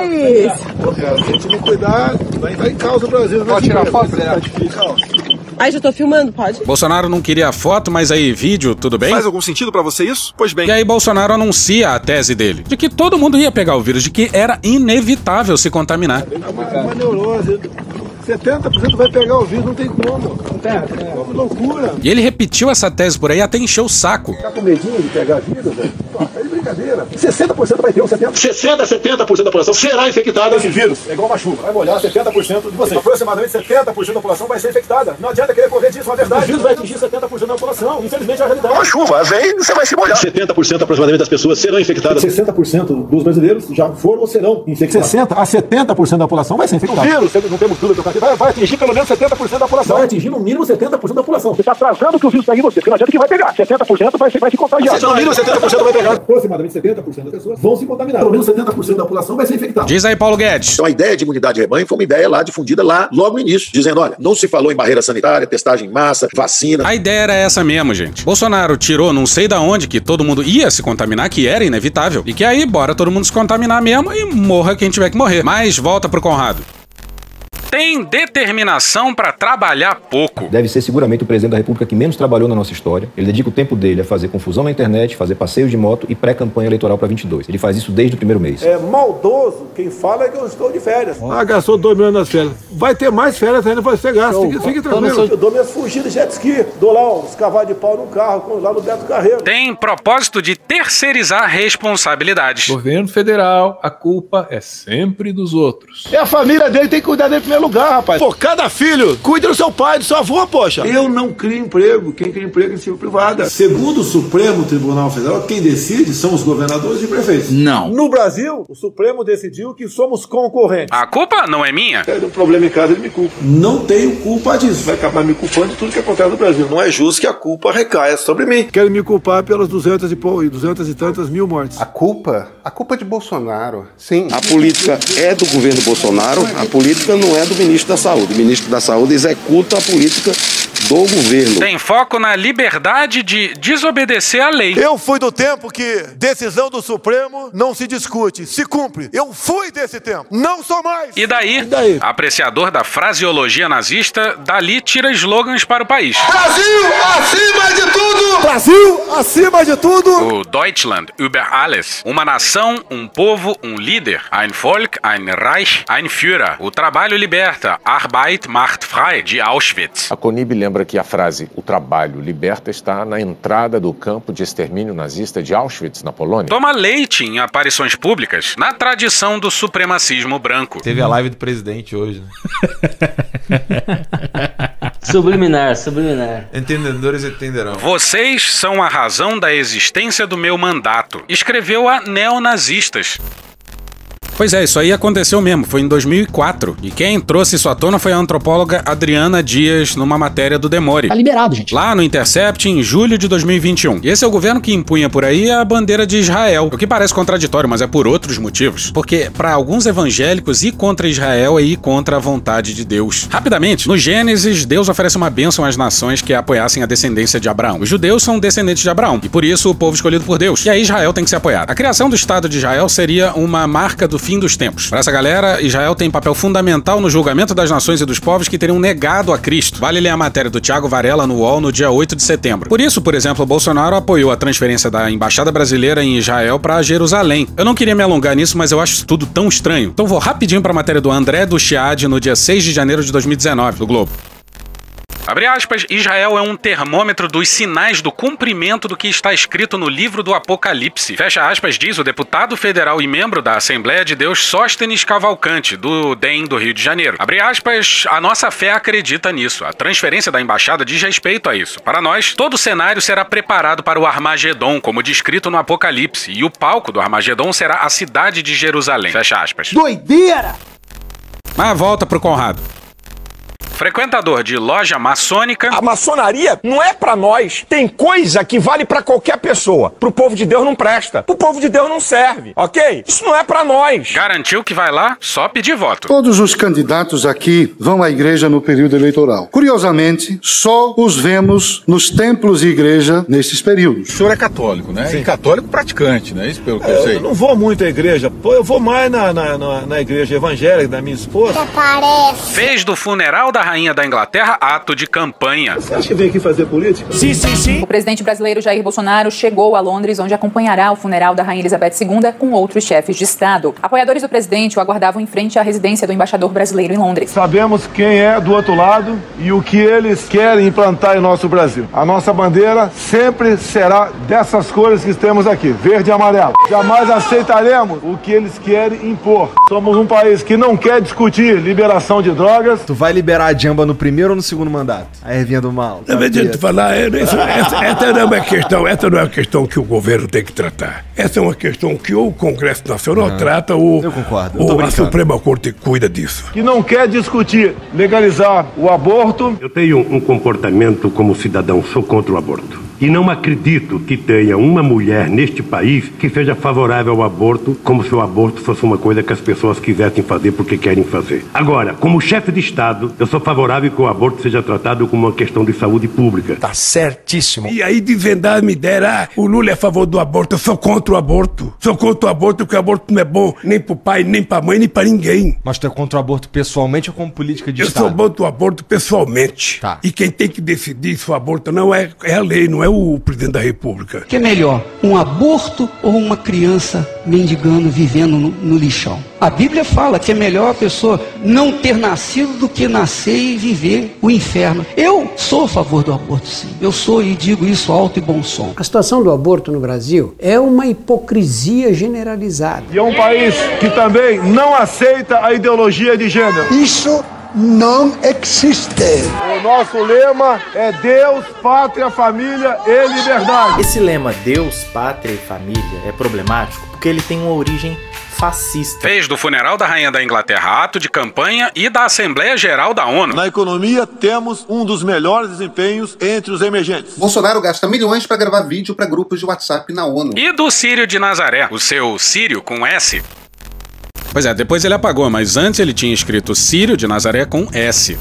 paz. Tem que cuidar, vai entrar em causa o Brasil. Pode tirar foto, Tá difícil. Ai, já tô filmando, pode? Bolsonaro não queria foto, mas aí vídeo, tudo bem? Faz algum sentido pra você isso? Pois bem. E aí Bolsonaro anuncia a tese dele, de que todo mundo ia pegar o vírus, de que era inevitável se contaminar. Uma neurose. setenta por cento vai pegar o vírus, não tem como. Não tem, é uma loucura. E ele repetiu essa tese por aí até encher o saco. Tá com medinho de pegar vírus, velho? É de brincadeira. sessenta por cento vai ter, ou setenta por cento. sessenta a setenta por cento da população será infectada. Esse vírus é igual uma chuva. Vai molhar setenta por cento de vocês. Aproximadamente setenta por cento da população vai ser infectada. Não adianta querer correr disso, é verdade. O vírus vai atingir setenta por cento da população. Infelizmente é a realidade. Uma chuva, vem, você vai se molhar. setenta por cento aproximadamente das pessoas serão infectadas. sessenta por cento dos brasileiros já foram ou serão infectados. sessenta a setenta por cento da população vai ser infectada. O vírus, não temos dúvida, vai, vai atingir pelo menos setenta por cento da população. Vai atingir no mínimo setenta por cento da população. Você está trazendo que o vírus pegue em você, porque não adianta que vai pegar. setenta por cento vai, vai se contagiar. No mínimo setenta por cento vai pegar. Aproximadamente setenta por cento das pessoas vão se contaminar. Pelo menos setenta por cento da população vai ser infectada. Diz aí, Paulo Guedes. Então a ideia de imunidade de rebanho foi uma ideia lá difundida lá logo no início, dizendo, olha, não se falou em barreira sanitária, testagem em massa, vacina. A ideia era essa mesmo, gente. Bolsonaro tirou não sei da onde que todo mundo ia se contaminar, que era inevitável. E que aí, bora todo mundo se contaminar mesmo e morra quem tiver que morrer. Mas volta pro Conrado. Tem determinação para trabalhar pouco. Deve ser seguramente o presidente da República que menos trabalhou na nossa história. Ele dedica o tempo dele a fazer confusão na internet, fazer passeios de moto e pré-campanha eleitoral para vinte e dois. Ele faz isso desde o primeiro mês. É maldoso quem fala é que eu estou de férias. Ah, gastou dois milhões nas férias. Vai ter mais férias ainda para ser gasto. Fique, fique tranquilo. Eu dou minhas fugidas de jet ski. Dou lá uns cavalos de pau no carro, lá no Beto Carreiro. Tem propósito de terceirizar responsabilidades. Governo federal, a culpa é sempre dos outros. É a família dele, tem que cuidar dele em primeiro lugar, rapaz. Pô, cada filho cuida do seu pai, do seu avô, poxa. Eu não crio emprego. Quem cria emprego é iniciativa privada. Segundo o Supremo Tribunal Federal, quem decide são os governadores e prefeitos. Não. No Brasil, o Supremo decidiu que somos concorrentes. A culpa não é minha. Tem um problema em casa, ele me culpa. Não tenho culpa disso. Vai acabar me culpando de tudo que acontece no Brasil. Não é justo que a culpa recaia sobre mim. Querem me culpar pelas duzentas e, pô, duzentas e tantas mil mortes. A culpa? A culpa é de Bolsonaro. Sim. A política é do governo Bolsonaro. A política não é do ministro da Saúde. O ministro da Saúde executa a política do governo. Tem foco na liberdade de desobedecer à lei. Eu fui do tempo que decisão do Supremo não se discute, se cumpre. Eu fui desse tempo, não sou mais. E daí, e daí? Apreciador da fraseologia nazista, dali tira slogans para o país. Brasil acima de tudo! Brasil acima de tudo! O Deutschland über alles. Uma nação, um povo, um líder. Ein Volk, ein Reich, ein Führer. O trabalho liberta. Arbeit macht frei, de Auschwitz. A Conib lembra que a frase "o trabalho liberta" está na entrada do campo de extermínio nazista de Auschwitz, na Polônia. Toma leite em aparições públicas, na tradição do supremacismo branco. Teve a live do presidente hoje, né? Subliminar, subliminar. Entendedores entenderão. Vocês são a razão da existência do meu mandato. Escreveu a neonazistas. Pois é, isso aí aconteceu mesmo, foi em dois mil e quatro. E quem trouxe isso à tona foi a antropóloga Adriana Dias, numa matéria do Demore. Tá liberado, gente. Lá no Intercept, em julho de dois mil e vinte e um. E esse é o governo que impunha por aí a bandeira de Israel. O que parece contraditório, mas é por outros motivos. Porque, para alguns evangélicos, ir contra Israel é ir contra a vontade de Deus. Rapidamente, no Gênesis, Deus oferece uma bênção às nações que apoiassem a descendência de Abraão. Os judeus são descendentes de Abraão, e por isso o povo escolhido por Deus. E aí Israel tem que ser apoiado. A criação do Estado de Israel seria uma marca do fim dos tempos. Para essa galera, Israel tem papel fundamental no julgamento das nações e dos povos que teriam negado a Cristo. Vale ler a matéria do Thiago Varela no U O L no dia oito de setembro. Por isso, por exemplo, Bolsonaro apoiou a transferência da Embaixada Brasileira em Israel para Jerusalém. Eu não queria me alongar nisso, mas eu acho isso tudo tão estranho. Então vou rapidinho para a matéria do André do Chiad no dia seis de janeiro de dois mil e dezenove, do Globo. Abre aspas, Israel é um termômetro dos sinais do cumprimento do que está escrito no livro do Apocalipse. Fecha aspas, diz o deputado federal e membro da Assembleia de Deus Sóstenes Cavalcante, do D E M do Rio de Janeiro. Abre aspas, a nossa fé acredita nisso. A transferência da embaixada diz respeito a isso. Para nós, todo o cenário será preparado para o Armagedon, como descrito no Apocalipse, e o palco do Armagedon será a cidade de Jerusalém. Fecha aspas. Doideira! Mas volta pro Conrado. Frequentador de loja maçônica. A maçonaria não é pra nós. Tem coisa que vale pra qualquer pessoa. Pro povo de Deus não presta. Pro povo de Deus não serve, ok? Isso não é pra nós. Garantiu que vai lá só pedir voto. Todos os candidatos aqui vão à igreja no período eleitoral. Curiosamente, só os vemos nos templos e igreja nesses períodos. O senhor é católico, né? Sim. E católico praticante, né? Isso pelo que é, eu sei. Eu não vou muito à igreja. Pô, eu vou mais na, na, na, na igreja evangélica da minha esposa. Fez do funeral da Rainha da Inglaterra, ato de campanha. Você acha que veio aqui fazer política? Sim, sim, sim. O presidente brasileiro Jair Bolsonaro chegou a Londres, onde acompanhará o funeral da Rainha Elizabeth segunda com outros chefes de Estado. Apoiadores do presidente o aguardavam em frente à residência do embaixador brasileiro em Londres. Sabemos quem é do outro lado e o que eles querem implantar em nosso Brasil. A nossa bandeira sempre será dessas cores que temos aqui, verde e amarelo. Jamais aceitaremos o que eles querem impor. Somos um país que não quer discutir liberação de drogas. Tu vai liberar a Jamba no primeiro ou no segundo mandato? A ervinha do mal. Na verdade, tu falar, é, essa, essa, essa não é uma questão, essa não é uma questão que o governo tem que tratar. Essa é uma questão que ou o Congresso Nacional ah, trata ou, eu concordo. ou a Suprema Corte cuida disso. Que não quer discutir legalizar o aborto. Eu tenho um comportamento como cidadão, sou contra o aborto. E não acredito que tenha uma mulher neste país que seja favorável ao aborto, como se o aborto fosse uma coisa que as pessoas quisessem fazer porque querem fazer. Agora, como chefe de Estado, eu sou favorável que o aborto seja tratado como uma questão de saúde pública. Tá certíssimo. E aí desvendar me der, ah, o Lula é a favor do aborto, eu sou contra o aborto. Sou contra o aborto porque o aborto não é bom nem pro pai, nem pra mãe, nem pra ninguém. Mas tu é contra o aborto pessoalmente ou como política de eu Estado? Eu sou contra o aborto pessoalmente. Tá. E quem tem que decidir se o aborto não é, é a lei, não é o presidente da República. O que é melhor, um aborto ou uma criança mendigando, vivendo no, no lixão? A Bíblia fala que é melhor a pessoa não ter nascido do que nascer e viver o inferno. Eu sou a favor do aborto, sim. Eu sou e digo isso alto e bom som. A situação do aborto no Brasil é uma hipocrisia generalizada. E é um país que também não aceita a ideologia de gênero. Isso não existe. O nosso lema é Deus, Pátria, Família e Liberdade. Esse lema Deus, Pátria e Família é problemático porque ele tem uma origem fascista. Fez do funeral da Rainha da Inglaterra ato de campanha e da Assembleia Geral da ONU. Na economia, temos um dos melhores desempenhos entre os emergentes. Bolsonaro gasta milhões para gravar vídeo para grupos de WhatsApp na ONU. E do Círio de Nazaré, o seu Círio com S. Pois é, depois ele apagou, mas antes ele tinha escrito Círio de Nazaré com S.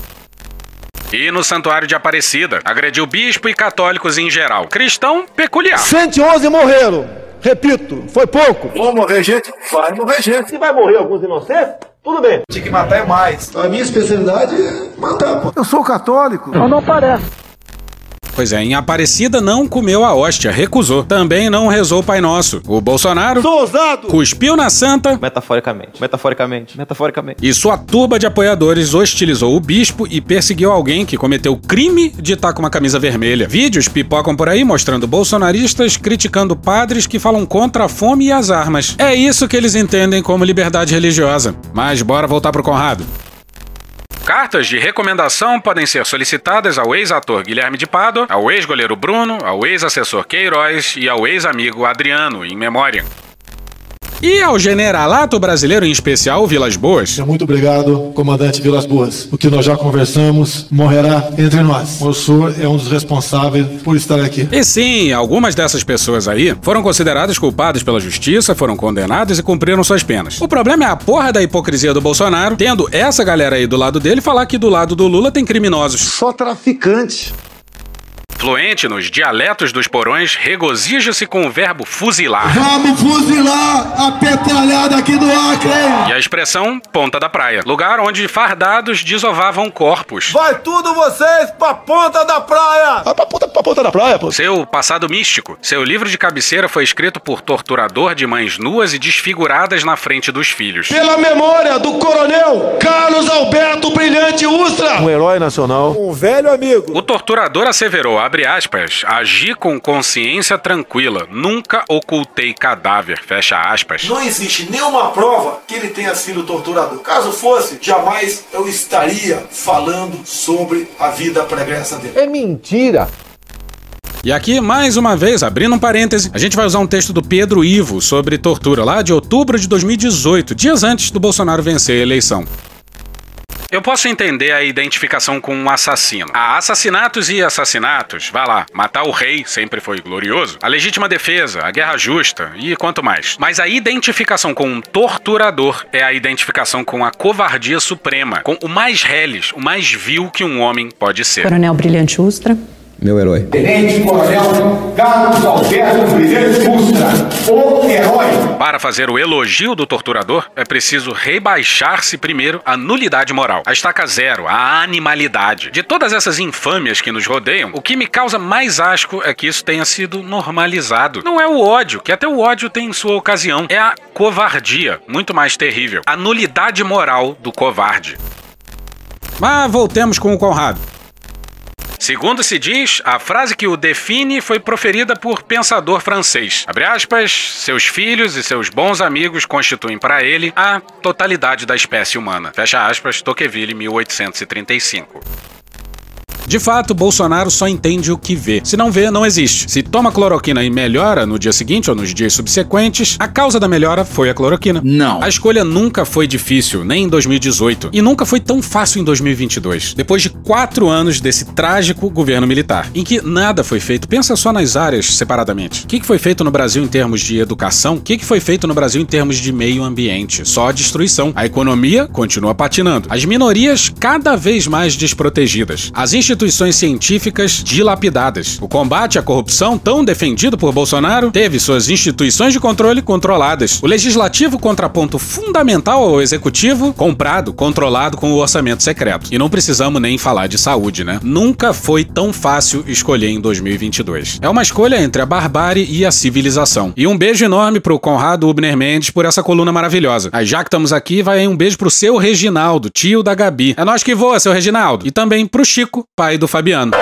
E no Santuário de Aparecida, agrediu bispo e católicos em geral. Cristão peculiar. cento e onze morreram. Repito, foi pouco. Vão morrer gente? Vai morrer gente. Se vai morrer alguns inocentes, tudo bem. Tinha que matar é mais. A minha especialidade é matar, pô. Eu sou católico. Não, não parece. Pois é, em Aparecida não comeu a hóstia, recusou. Também não rezou o Pai Nosso. O Bolsonaro Sou ousado. cuspiu na santa, Metaforicamente, metaforicamente, metaforicamente. e sua turba de apoiadores hostilizou o bispo e perseguiu alguém que cometeu crime de estar com uma camisa vermelha. Vídeos pipocam por aí mostrando bolsonaristas criticando padres que falam contra a fome e as armas. É isso que eles entendem como liberdade religiosa. Mas bora voltar pro Conrado. Cartas de recomendação podem ser solicitadas ao ex-ator Guilherme de Pádua, ao ex-goleiro Bruno, ao ex-assessor Queiroz e ao ex-amigo Adriano, em memória. E ao generalato brasileiro, em especial, Vilas Boas. Muito obrigado, comandante Vilas Boas. O que nós já conversamos morrerá entre nós. O senhor é um dos responsáveis por estar aqui. E sim, algumas dessas pessoas aí foram consideradas culpadas pela justiça, foram condenadas e cumpriram suas penas. O problema é a porra da hipocrisia do Bolsonaro, tendo essa galera aí do lado dele falar que do lado do Lula tem criminosos. Só traficante. Fluente nos dialetos dos porões, regozija-se com o verbo fuzilar. Vamos fuzilar a petralhada aqui do Acre! E a expressão ponta da praia, lugar onde fardados desovavam corpos. Vai tudo vocês pra ponta da praia! Vai pra ponta, pra ponta da praia, pô! Seu passado místico. Seu livro de cabeceira foi escrito por torturador de mães nuas e desfiguradas na frente dos filhos. Pela memória do coronel Carlos Alberto Brilhante Ustra! Um herói nacional, um velho amigo. O torturador asseverou, abre aspas, agi com consciência tranquila, nunca ocultei cadáver, fecha aspas. Não existe nenhuma prova que ele tenha sido torturador. Caso fosse, jamais eu estaria falando sobre a vida pregressa dele. É mentira! E aqui, mais uma vez, abrindo um parêntese, a gente vai usar um texto do Pedro Ivo sobre tortura, lá de outubro de dois mil e dezoito, dias antes do Bolsonaro vencer a eleição. Eu posso entender a identificação com um assassino. Há assassinatos e assassinatos. Vai lá, matar o rei sempre foi glorioso. A legítima defesa, a guerra justa e quanto mais. Mas a identificação com um torturador é a identificação com a covardia suprema, com o mais reles, o mais vil que um homem pode ser. Coronel Brilhante Ustra, Meu herói. Tenente Coronel Carlos Alberto Primeiro Ustra, o herói. Para fazer o elogio do torturador, é preciso rebaixar-se primeiro a nulidade moral, a estaca zero, a animalidade. De todas essas infâmias que nos rodeiam, o que me causa mais asco é que isso tenha sido normalizado. Não é o ódio, que até o ódio tem sua ocasião, é a covardia, muito mais terrível, a nulidade moral do covarde. Mas voltemos com o Conrado. Segundo se diz, a frase que o define foi proferida por pensador francês. Abre aspas, seus filhos e seus bons amigos constituem para ele a totalidade da espécie humana. Fecha aspas, Tocqueville, mil oitocentos e trinta e cinco. De fato, Bolsonaro só entende o que vê. Se não vê, não existe. Se toma cloroquina e melhora no dia seguinte ou nos dias subsequentes, a causa da melhora foi a cloroquina. Não. A escolha nunca foi difícil, nem em dois mil e dezoito. E nunca foi tão fácil em dois mil e vinte e dois. Depois de quatro anos desse trágico governo militar, em que nada foi feito. Pensa só nas áreas separadamente. O que foi feito no Brasil em termos de educação? O que foi feito no Brasil em termos de meio ambiente? Só a destruição. A economia continua patinando. As minorias cada vez mais desprotegidas. As instituições instituições científicas dilapidadas. O combate à corrupção, tão defendido por Bolsonaro, teve suas instituições de controle controladas. O legislativo, contraponto fundamental ao executivo, comprado, controlado com o orçamento secreto. E não precisamos nem falar de saúde, né? Nunca foi tão fácil escolher em dois mil e vinte e dois. É uma escolha entre a barbárie e a civilização. E um beijo enorme pro Conrado Ubner Mendes por essa coluna maravilhosa. Aí já que estamos aqui, vai aí um beijo pro seu Reginaldo, tio da Gabi. É nós que voa, seu Reginaldo. E também pro Chico, pai do Fabiano.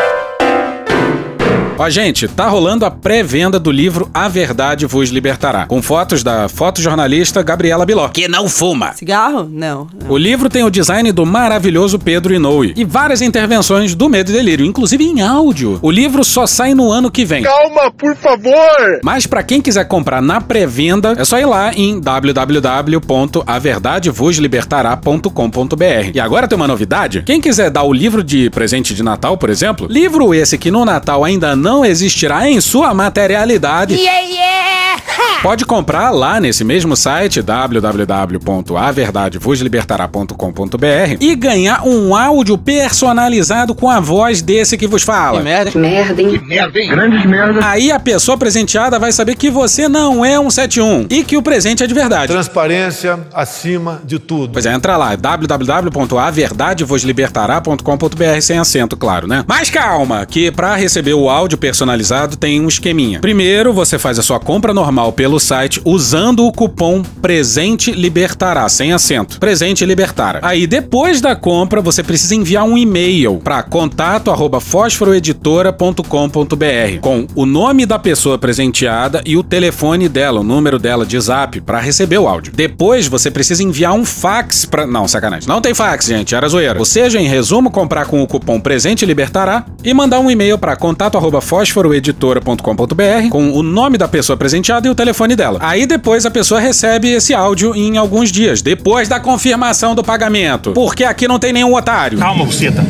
Ó, gente, tá rolando a pré-venda do livro A Verdade Vos Libertará, com fotos da fotojornalista Gabriela Biló, que não fuma. Cigarro? Não, não. O livro tem o design do maravilhoso Pedro Inoue e várias intervenções do Medo e Delírio, inclusive em áudio. O livro só sai no ano que vem. Calma, por favor! Mas pra quem quiser comprar na pré-venda, é só ir lá em w w w ponto a verdade vos libertará ponto com ponto b r. E agora tem uma novidade. Quem quiser dar o livro de presente de Natal, por exemplo, livro esse que no Natal ainda não não existirá em sua materialidade. Yeah, yeah. Pode comprar lá nesse mesmo site w w w ponto a verdade vos libertará ponto com ponto b r e ganhar um áudio personalizado com a voz desse que vos fala. Que merda. Que merda, hein? Que merda, hein? Grandes merda. Aí a pessoa presenteada vai saber que você não é um setenta e um e que o presente é de verdade. Transparência acima de tudo. Pois é, entra lá, w w w ponto a verdade vos libertará ponto com ponto b r, sem acento, claro, né? Mas calma, que pra receber o áudio personalizado tem um esqueminha. Primeiro, você faz a sua compra normal pelo site usando o cupom Presente Libertará, sem acento. Presente Libertará. Aí, depois da compra, você precisa enviar um e-mail para contato arroba fósforoeditora ponto com ponto b r com o nome da pessoa presenteada e o telefone dela, o número dela de zap, para receber o áudio. Depois, você precisa enviar um fax para... Não, sacanagem. Não tem fax, gente. Era zoeira. Ou seja, em resumo, comprar com o cupom Presente Libertará e mandar um e-mail para contato arroba fósforoeditora ponto com ponto b r com o nome da pessoa presenteada e o telefone dela. Aí depois a pessoa recebe esse áudio em alguns dias, depois da confirmação do pagamento. Porque aqui não tem nenhum otário. Calma, buceta.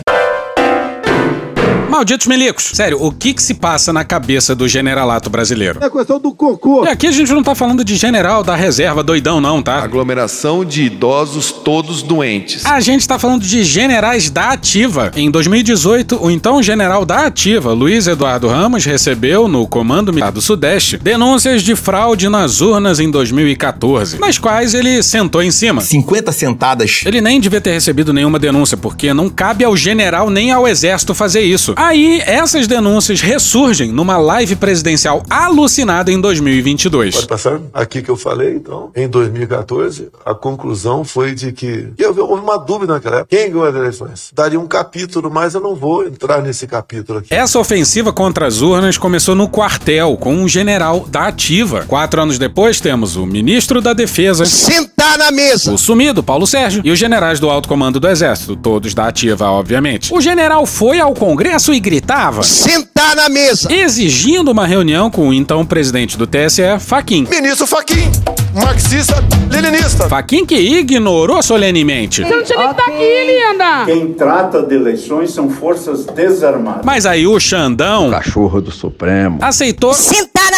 Malditos milicos. Sério, o que que se passa na cabeça do generalato brasileiro? É questão do cocô. E aqui a gente não tá falando de general da reserva doidão não, tá? Aglomeração de idosos todos doentes. A gente tá falando de generais da ativa. Em dois mil e dezoito, o então general da ativa, Luiz Eduardo Ramos, recebeu no Comando Militar do Sudeste denúncias de fraude nas urnas em dois mil e quatorze, nas quais ele sentou em cima. cinquenta sentadas. Ele nem devia ter recebido nenhuma denúncia, porque não cabe ao general nem ao exército fazer isso. Aí, essas denúncias ressurgem numa live presidencial alucinada em dois mil e vinte e dois. Pode passar aqui que eu falei, então. Em dois mil e quatorze, a conclusão foi de que... que houve uma dúvida naquela época. Quem ganhou as eleições? Daria um capítulo, mas eu não vou entrar nesse capítulo aqui. Essa ofensiva contra as urnas começou no quartel, com um general da ativa. Quatro anos depois, temos o ministro da Defesa... Sentar na mesa! O sumido, Paulo Sérgio, e os generais do alto comando do Exército, todos da ativa, obviamente. O general foi ao Congresso e gritava... Sentar na mesa! Exigindo uma reunião com o então presidente do T S E, Fachin. Ministro Fachin, marxista-leninista. Fachin que ignorou solenemente. Você não tinha nem que estar aqui, linda! Quem trata de eleições são forças desarmadas. Mas aí o Xandão... Cachorro do Supremo. Aceitou... Sentar na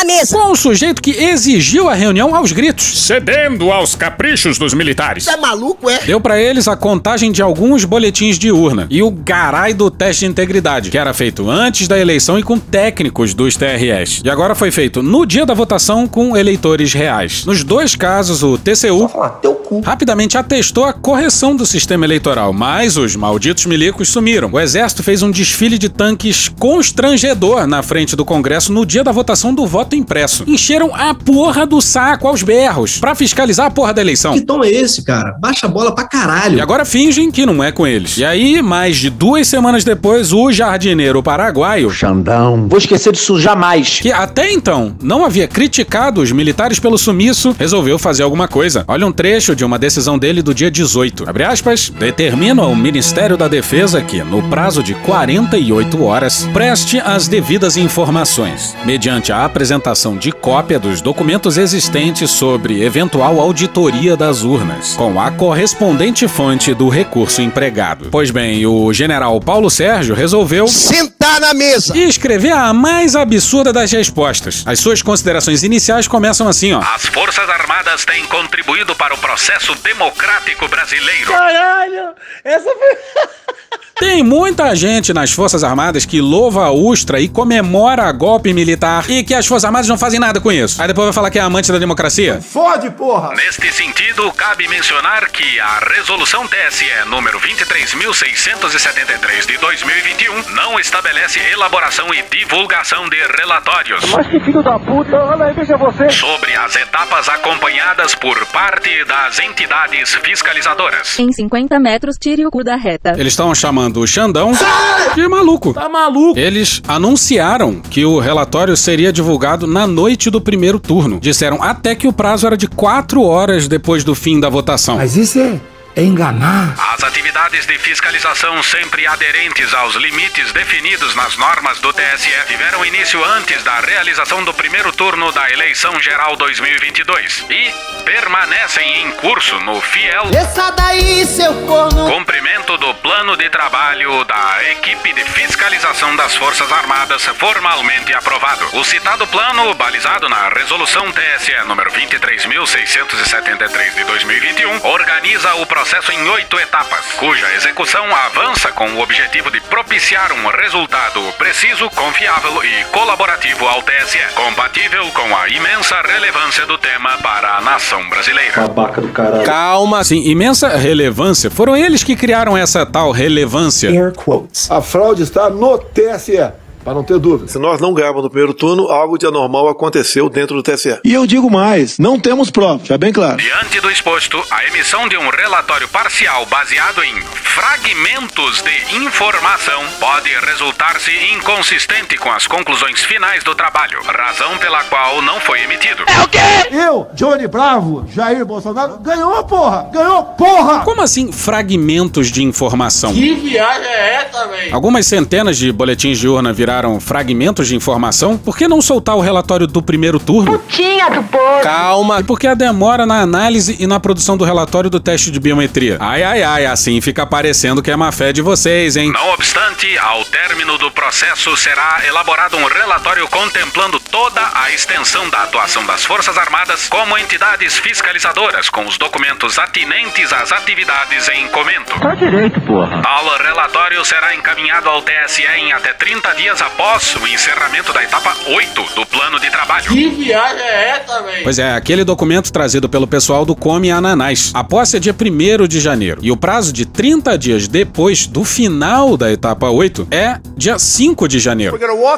na mesa. Com o sujeito que exigiu a reunião aos gritos, cedendo aos caprichos dos militares. Você é maluco, é? Deu pra eles a contagem de alguns boletins de urna e o garai do teste de integridade, que era feito antes da eleição e com técnicos dos T R S. E agora foi feito no dia da votação com eleitores reais. Nos dois casos, o T C U rapidamente atestou a correção do sistema eleitoral, mas os malditos milicos sumiram. O exército fez um desfile de tanques constrangedor na frente do Congresso no dia da votação do voto impresso. Encheram a porra do saco aos berros pra fiscalizar a porra da eleição. Que tom é esse, cara? Baixa a bola pra caralho. E agora fingem que não é com eles. E aí, mais de duas semanas depois, o jardineiro paraguaio Xandão, vou esquecer disso jamais, que até então não havia criticado os militares pelo sumiço, resolveu fazer alguma coisa. Olha um trecho de uma decisão dele do dia dezoito. Abre aspas, determina ao Ministério da Defesa que, no prazo de quarenta e oito horas, preste as devidas informações, mediante a apresentação de cópia dos documentos existentes sobre eventual auditoria das urnas, com a correspondente fonte do recurso empregado. Pois bem, o general Paulo Sérgio resolveu sentar na mesa e escrever a mais absurda das respostas. As suas considerações iniciais começam assim, ó. As Forças Armadas têm contribuído para o processo democrático brasileiro. Caralho, essa foi... Tem muita gente nas Forças Armadas que louva a Ustra e comemora golpe militar e que as Forças Armadas não fazem nada com isso. Aí depois vai falar que é amante da democracia? Fode, porra! Neste sentido, cabe mencionar que a Resolução T S E número vinte e três mil seiscentos e setenta e três de dois mil e vinte e um não estabelece elaboração e divulgação de relatórios. Mas que filho da puta, olha aí, veja você. Sobre as etapas acompanhadas por parte das entidades fiscalizadoras. Em cinquenta metros, tire o cu da reta. Eles estão chamando o Xandão de maluco. Tá maluco? Eles anunciaram que o relatório seria divulgado na noite do primeiro turno. Disseram até que o prazo era de quatro horas depois do fim da votação. Mas isso é... é enganar. As atividades de fiscalização sempre aderentes aos limites definidos nas normas do T S E tiveram início antes da realização do primeiro turno da eleição geral dois mil e vinte e dois e permanecem em curso no fiel Desça daí, seu corno. cumprimento do plano de trabalho da equipe de fiscalização das Forças Armadas formalmente aprovado. O citado plano, balizado na resolução T S E número vinte e três mil seiscentos e setenta e três de dois mil e vinte e um, organiza o processo em oito etapas, cuja execução avança com o objetivo de propiciar um resultado preciso, confiável e colaborativo ao T S E, compatível com a imensa relevância do tema para a nação brasileira. Babaca do caralho. Calma. Sim, imensa relevância. Foram eles que criaram essa tal relevância. Air quotes. A fraude está no T S E. Para não ter dúvida. Se nós não ganharmos no primeiro turno, algo de anormal aconteceu dentro do T S E. E eu digo mais, não temos provas, já bem claro. Diante do exposto, a emissão de um relatório parcial baseado em fragmentos de informação pode resultar-se inconsistente com as conclusões finais do trabalho, razão pela qual não foi emitido. É o quê? Eu, Johnny Bravo, Jair Bolsonaro, ganhou, porra! Ganhou, porra! Como assim fragmentos de informação? Que viagem é essa, velho? Algumas centenas de boletins de urna viraram fragmentos de informação. Por que não soltar o relatório do primeiro turno? Putinha do povo! Calma! E por que a demora na análise e na produção do relatório do teste de biometria? Ai, ai, ai, assim fica parecendo que é má fé de vocês, hein? Não obstante, ao término do processo será elaborado um relatório contemplando toda a extensão da atuação das Forças Armadas como entidades fiscalizadoras, com os documentos atinentes às atividades em comento. Tá direito, porra! Tal relatório será encaminhado ao T S E em até trinta dias após o encerramento da etapa oito do plano de trabalho. Que viagem é essa, velho? Pois é, aquele documento trazido pelo pessoal do Come Ananás. A posse é dia primeiro de janeiro e o prazo de trinta dias depois do final da etapa oito é dia cinco de janeiro.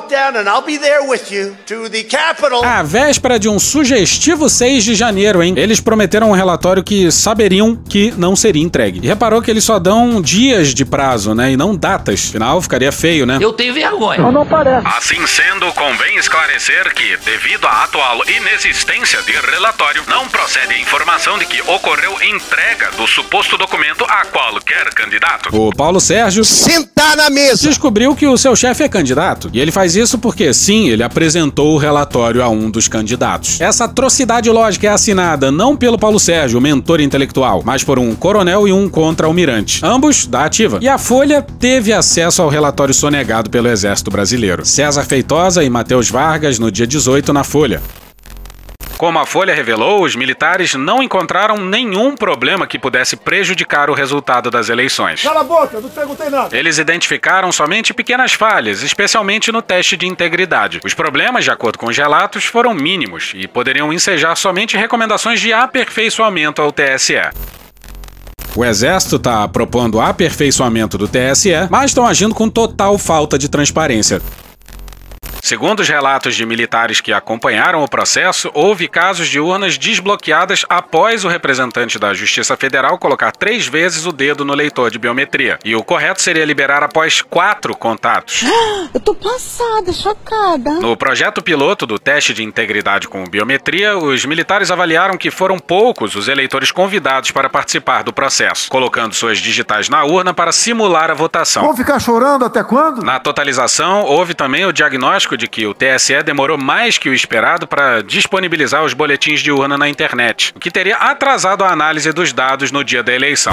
A véspera de um sugestivo seis de janeiro, hein? Eles prometeram um relatório que saberiam que não seria entregue. E reparou que eles só dão dias de prazo, né? E não datas. Afinal, ficaria feio, né? Eu tenho vergonha. Não parece. Assim sendo, convém esclarecer que, devido à atual inexistência de relatório, não procede a informação de que ocorreu entrega do suposto documento a qualquer candidato. O Paulo Sérgio sentar na mesa descobriu que o seu chefe é candidato. E ele faz isso porque, sim, ele apresentou o relatório a um dos candidatos. Essa atrocidade lógica é assinada não pelo Paulo Sérgio, o mentor intelectual, mas por um coronel e um contra-almirante, ambos da ativa. E a Folha teve acesso ao relatório sonegado pelo Exército Brasileiro. César Feitosa e Matheus Vargas, no dia dezoito, na Folha. Como a Folha revelou, os militares não encontraram nenhum problema que pudesse prejudicar o resultado das eleições. Cala a boca, não perguntei nada. Eles identificaram somente pequenas falhas, especialmente no teste de integridade. Os problemas, de acordo com os relatos, foram mínimos e poderiam ensejar somente recomendações de aperfeiçoamento ao T S E. O Exército está propondo aperfeiçoamento do T S E, mas estão agindo com total falta de transparência. Segundo os relatos de militares que acompanharam o processo, houve casos de urnas desbloqueadas após o representante da Justiça Federal colocar três vezes o dedo no leitor de biometria. E o correto seria liberar após quatro contatos. Eu tô passada, chocada. No projeto piloto do teste de integridade com biometria, os militares avaliaram que foram poucos os eleitores convidados para participar do processo, colocando suas digitais na urna para simular a votação. Vão ficar chorando até quando? Na totalização, houve também o diagnóstico de que o T S E demorou mais que o esperado para disponibilizar os boletins de urna na internet, o que teria atrasado a análise dos dados no dia da eleição.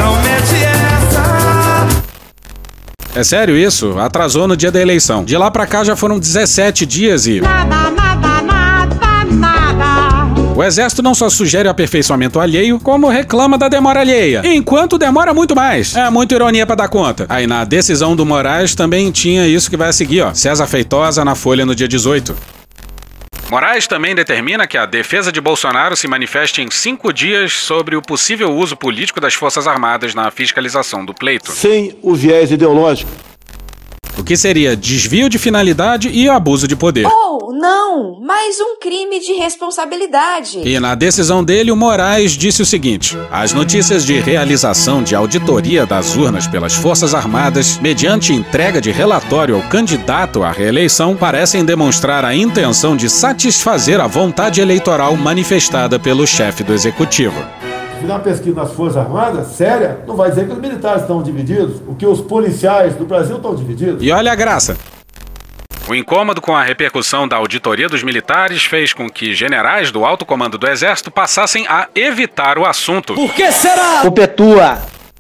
É sério isso? Atrasou no dia da eleição. De lá pra cá já foram dezessete dias e... Nada, nada, nada, nada. O Exército não só sugere o aperfeiçoamento alheio, como reclama da demora alheia, enquanto demora muito mais. É muita ironia pra dar conta. Aí na decisão do Moraes também tinha isso que vai a seguir, ó. César Feitosa na Folha no dia dezoito. Moraes também determina que a defesa de Bolsonaro se manifeste em cinco dias sobre o possível uso político das Forças Armadas na fiscalização do pleito. Sem o viés ideológico. O que seria desvio de finalidade e abuso de poder. Oh, não! Mais um crime de responsabilidade. E na decisão dele, o Moraes disse o seguinte: as notícias de realização de auditoria das urnas pelas Forças Armadas, mediante entrega de relatório ao candidato à reeleição, parecem demonstrar a intenção de satisfazer a vontade eleitoral manifestada pelo chefe do Executivo. Se fizer uma pesquisa nas Forças Armadas, séria, não vai dizer que os militares estão divididos, o que os policiais do Brasil estão divididos. E olha a graça. O incômodo com a repercussão da auditoria dos militares fez com que generais do alto comando do Exército passassem a evitar o assunto. Por que será? Culpa é tua.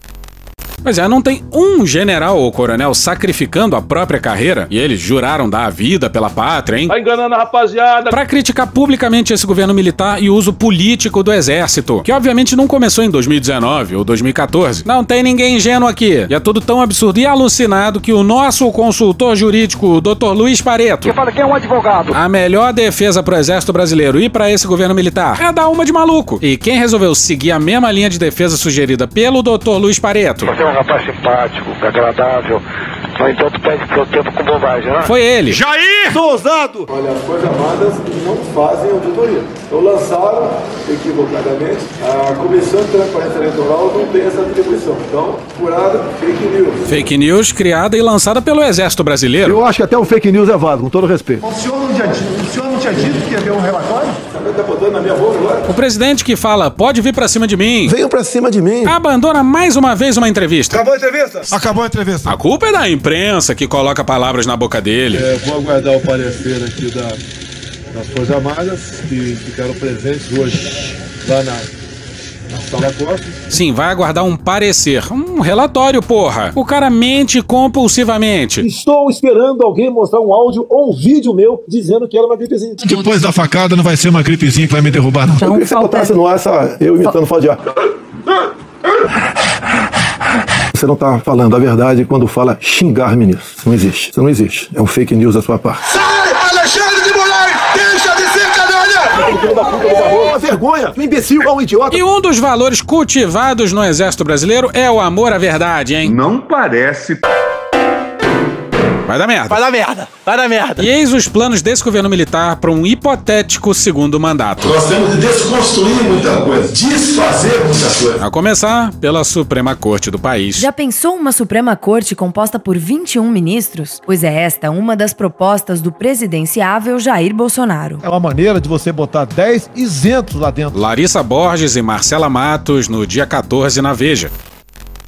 Pois é, não tem um general ou coronel sacrificando a própria carreira, e eles juraram dar a vida pela pátria, hein? Tá enganando a rapaziada. Pra criticar publicamente esse governo militar e o uso político do Exército, que obviamente não começou em dois mil e dezenove ou dois mil e quatorze. Não tem ninguém ingênuo aqui. E é tudo tão absurdo e alucinado que o nosso consultor jurídico, o doutor Luiz Pareto, que fala que é um advogado, a melhor defesa pro Exército Brasileiro e pra esse governo militar é dar uma de maluco. E quem resolveu seguir a mesma linha de defesa sugerida pelo doutor Luiz Pareto? um rapaz simpático, agradável, no entanto pede seu tempo com bobagem, né? Foi ele. Jair! Sou ousado! Olha, as Forças Armadas não fazem auditoria. Então lançaram, equivocadamente, a Comissão de Transparência Eleitoral não tem essa atribuição. Então, furada, fake news. Fake news criada e lançada pelo Exército Brasileiro. Eu acho que até o fake news é válido, com todo respeito. O senhor não tinha dito, o senhor não tinha dito que ia ver um relatório? Tá botando na minha boca agora? O presidente que fala, pode vir pra cima de mim. Venham pra cima de mim. Abandona mais uma vez uma entrevista. Acabou a entrevista? Acabou a entrevista. A culpa é da imprensa que coloca palavras na boca dele. É, vou aguardar o parecer aqui da, das Forças Armadas, que ficaram presentes hoje lá na, na Sala Costa. Sim, vai aguardar um parecer. Um relatório, porra. O cara mente compulsivamente. Estou esperando alguém mostrar um áudio ou um vídeo meu dizendo que era uma gripezinha. Depois da facada não vai ser uma gripezinha que vai me derrubar, não. Eu queria que você botasse no ar essa, eu imitando Fala de ar. Você não está falando a verdade quando fala xingar ministro. Isso não existe. Isso não existe. É um fake news da sua parte. Sai, Alexandre de Moraes! Deixa de ser canalha! Uma vergonha! Um imbecil, um idiota! E um dos valores cultivados no Exército Brasileiro é o amor à verdade, hein? Não parece... Vai dar merda. Vai dar merda. Vai dar merda. E eis os planos desse governo militar para um hipotético segundo mandato. Nós temos de desconstruir muita coisa, desfazer muita coisa. A começar pela Suprema Corte do país. Já pensou uma Suprema Corte composta por vinte e um ministros? Pois é esta uma das propostas do presidenciável Jair Bolsonaro. É uma maneira de você botar dez isentos lá dentro. Larissa Borges e Marcela Matos no dia quatorze na Veja.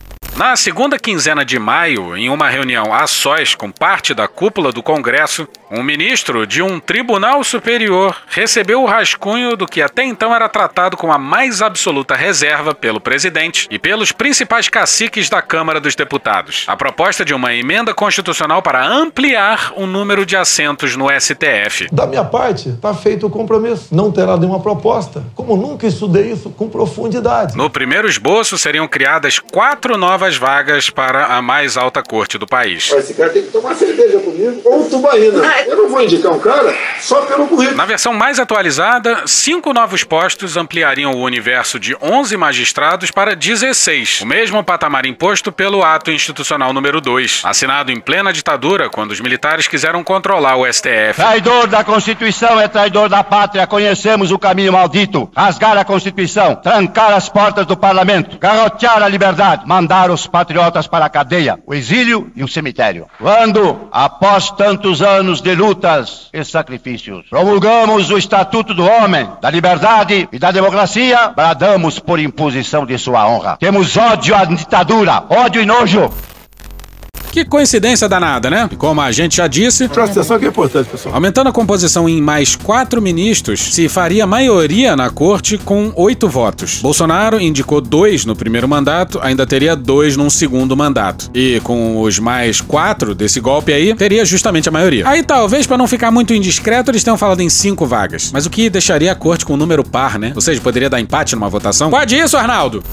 Na segunda quinzena de maio, em uma reunião a sós com parte da cúpula do Congresso, um ministro de um tribunal superior recebeu o rascunho do que até então era tratado com a mais absoluta reserva pelo presidente e pelos principais caciques da Câmara dos Deputados. A proposta de uma emenda constitucional para ampliar o número de assentos no S T F. Da minha parte, está feito o compromisso. Não terá nenhuma proposta. Como nunca estudei isso com profundidade. No primeiro esboço, seriam criadas quatro novas vagas para a mais alta corte do país. Esse cara tem que tomar cerveja comigo ou tubaína. Eu não vou indicar um cara só pelo currículo. Na versão mais atualizada, cinco novos postos ampliariam o universo de onze magistrados para dezesseis, o mesmo patamar imposto pelo Ato Institucional número dois, assinado em plena ditadura, quando os militares quiseram controlar o S T F. Traidor da Constituição é traidor da pátria. Conhecemos o caminho maldito. Rasgar a Constituição, trancar as portas do parlamento, garrotear a liberdade, mandar os patriotas para a cadeia, o exílio e o cemitério. Quando, após tantos anos de lutas e sacrifícios, promulgamos o Estatuto do Homem, da Liberdade e da Democracia, bradamos por imposição de sua honra. Temos ódio à ditadura, ódio e nojo. Que coincidência danada, né? E como a gente já disse... Presta atenção que é importante, pessoal. Aumentando a composição em mais quatro ministros, se faria maioria na corte com oito votos. Bolsonaro indicou dois no primeiro mandato, ainda teria dois num segundo mandato. E com os mais quatro desse golpe aí, teria justamente a maioria. Aí talvez, para não ficar muito indiscreto, eles tenham falado em cinco vagas. Mas o que deixaria a corte com um número par, né? Ou seja, poderia dar empate numa votação? Pode isso, Arnaldo!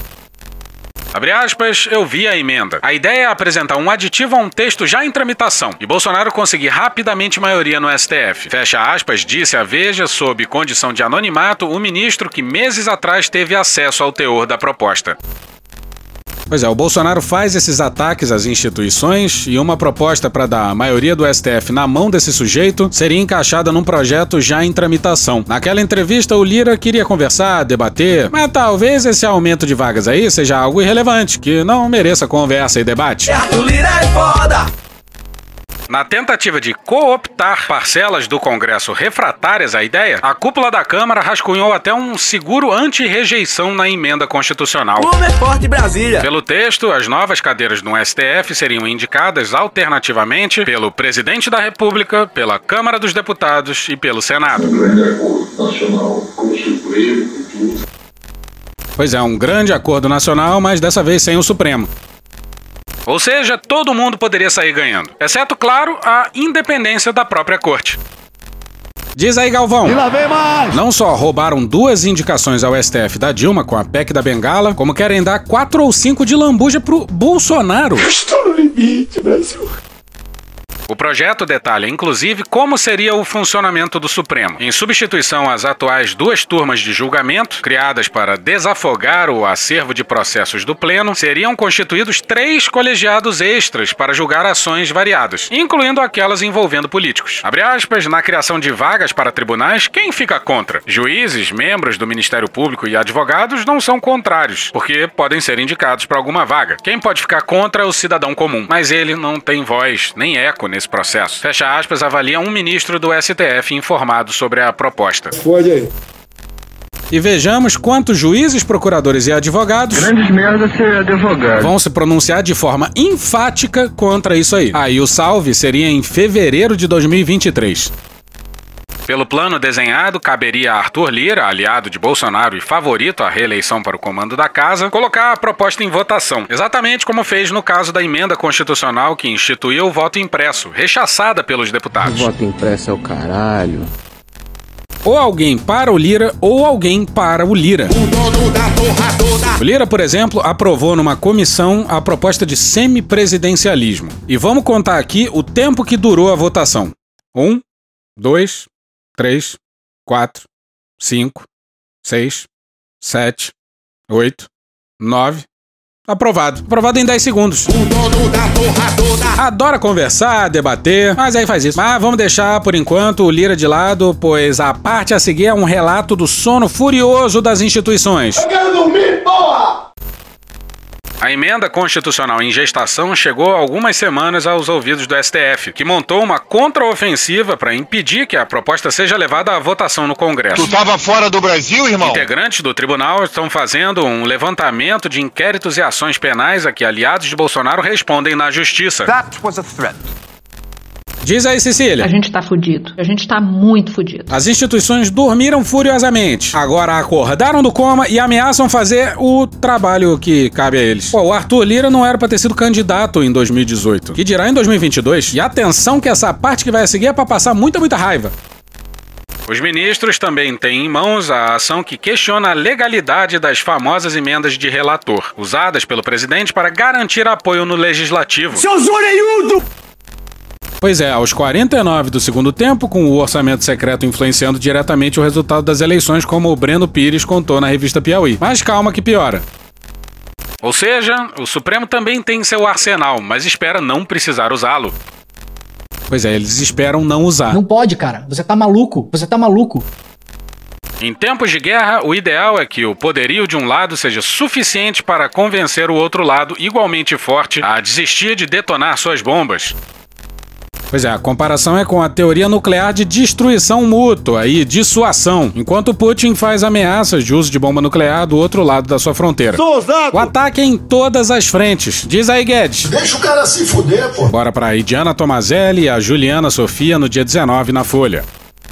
Abre aspas, eu vi a emenda. A ideia é apresentar um aditivo a um texto já em tramitação e Bolsonaro conseguir rapidamente maioria no S T F. Fecha aspas, disse a Veja, sob condição de anonimato, o ministro que meses atrás teve acesso ao teor da proposta. Pois é, o Bolsonaro faz esses ataques às instituições e uma proposta para dar a maioria do S T F na mão desse sujeito seria encaixada num projeto já em tramitação. Naquela entrevista, o Lira queria conversar, debater, mas talvez esse aumento de vagas aí seja algo irrelevante, que não mereça conversa e debate. O Lira é foda! Na tentativa de cooptar parcelas do Congresso refratárias à ideia, a cúpula da Câmara rascunhou até um seguro anti-rejeição na emenda constitucional. Como é forte Brasília! Pelo texto, as novas cadeiras no S T F seriam indicadas alternativamente pelo Presidente da República, pela Câmara dos Deputados e pelo Senado. Um grande acordo nacional com o Supremo e tudo. Pois é, um grande acordo nacional, mas dessa vez sem o Supremo. Ou seja, todo mundo poderia sair ganhando, exceto, claro, a independência da própria corte. Diz aí, Galvão. E lá vem mais! Não só roubaram duas indicações ao S T F da Dilma com a P E C da Bengala, como querem dar quatro ou cinco de lambuja pro Bolsonaro. Estou no limite, Brasil. O projeto detalha, inclusive, como seria o funcionamento do Supremo. Em substituição às atuais duas turmas de julgamento, criadas para desafogar o acervo de processos do Pleno, seriam constituídos três colegiados extras para julgar ações variadas, incluindo aquelas envolvendo políticos. Abre aspas, na criação de vagas para tribunais, quem fica contra? Juízes, membros do Ministério Público e advogados não são contrários, porque podem ser indicados para alguma vaga. Quem pode ficar contra é o cidadão comum, mas ele não tem voz, nem eco nesse processo. Fecha aspas, avalia um ministro do S T F informado sobre a proposta. Pode aí. E vejamos quantos juízes, procuradores e advogados Grandes merda ser advogado. vão se pronunciar de forma enfática contra isso aí. Aí o salve seria em fevereiro de dois mil e vinte e três. Pelo plano desenhado, caberia a Arthur Lira, aliado de Bolsonaro e favorito à reeleição para o comando da casa, colocar a proposta em votação, exatamente como fez no caso da emenda constitucional que instituiu o voto impresso, rechaçada pelos deputados. O voto impresso é o caralho. Ou alguém para o Lira, ou alguém para o Lira. O dono da porra toda. O Lira, por exemplo, aprovou numa comissão a proposta de semipresidencialismo. E vamos contar aqui o tempo que durou a votação. Um, dois, três, quatro, cinco, seis, sete, oito, nove... Aprovado. Aprovado em dez segundos. O dono da porra toda. Adora conversar, debater, mas aí faz isso. Mas vamos deixar, por enquanto, o Lira de lado, pois a parte a seguir é um relato do sono furioso das instituições. Eu quero dormir, porra! A A emenda constitucional em gestação chegou há algumas semanas aos ouvidos do S T F, que montou uma contraofensiva para impedir que a proposta seja levada à votação no Congresso. Tu tava fora do Brasil, irmão? Integrantes do tribunal estão fazendo um levantamento de inquéritos e ações penais a que aliados de Bolsonaro respondem na justiça. That was a threat. Diz aí, Cecília. A gente tá fudido. A gente tá muito fudido. As instituições dormiram furiosamente. Agora acordaram do coma e ameaçam fazer o trabalho que cabe a eles. Pô, o Arthur Lira não era pra ter sido candidato em dois mil e dezoito. Que dirá em dois mil e vinte e dois. E atenção que essa parte que vai a seguir é pra passar muita, muita raiva. Os ministros também têm em mãos a ação que questiona a legalidade das famosas emendas de relator, usadas pelo presidente para garantir apoio no legislativo. Seus orelhudos! Pois é, aos quarenta e nove do segundo tempo, com o orçamento secreto influenciando diretamente o resultado das eleições, como o Breno Pires contou na revista Piauí. Mas calma que piora. Ou seja, o Supremo também tem seu arsenal, mas espera não precisar usá-lo. Pois é, eles esperam não usar. Não pode, cara. Você tá maluco. Você tá maluco. Em tempos de guerra, o ideal é que o poderio de um lado seja suficiente para convencer o outro lado, igualmente forte, a desistir de detonar suas bombas. Pois é, a comparação é com a teoria nuclear de destruição mútua e dissuasão, enquanto Putin faz ameaças de uso de bomba nuclear do outro lado da sua fronteira. O ataque é em todas as frentes. Diz aí, Guedes. Deixa o cara se fuder, pô. Bora pra Idiana Tomazelli e a Juliana Sofia no dia dezenove na Folha.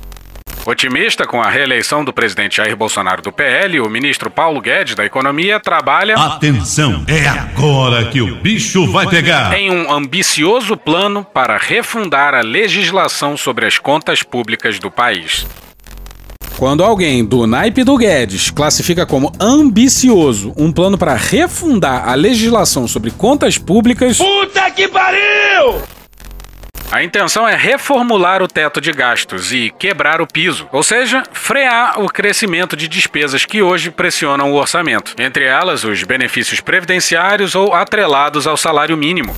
Otimista com a reeleição do presidente Jair Bolsonaro do P L, o ministro Paulo Guedes da Economia trabalha... Atenção, é agora que o bicho vai pegar! Em um ambicioso plano para refundar a legislação sobre as contas públicas do país. Quando alguém do naipe do Guedes classifica como ambicioso um plano para refundar a legislação sobre contas públicas... Puta que pariu! A intenção é reformular o teto de gastos e quebrar o piso, ou seja, frear o crescimento de despesas que hoje pressionam o orçamento, entre elas os benefícios previdenciários ou atrelados ao salário mínimo.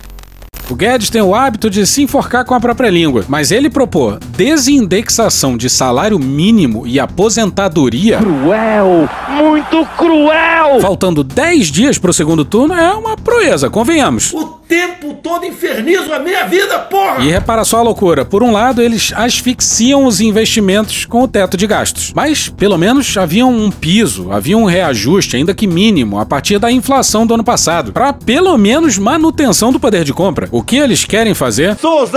O Guedes tem o hábito de se enforcar com a própria língua, mas ele propor desindexação de salário mínimo e aposentadoria... Cruel! Muito cruel! Faltando dez dias para o segundo turno é uma proeza, convenhamos. O tempo todo infernizo a minha vida, porra! E repara só a loucura. Por um lado, eles asfixiam os investimentos com o teto de gastos. Mas, pelo menos, havia um piso, havia um reajuste, ainda que mínimo, a partir da inflação do ano passado, para pelo menos manutenção do poder de compra. O que eles querem fazer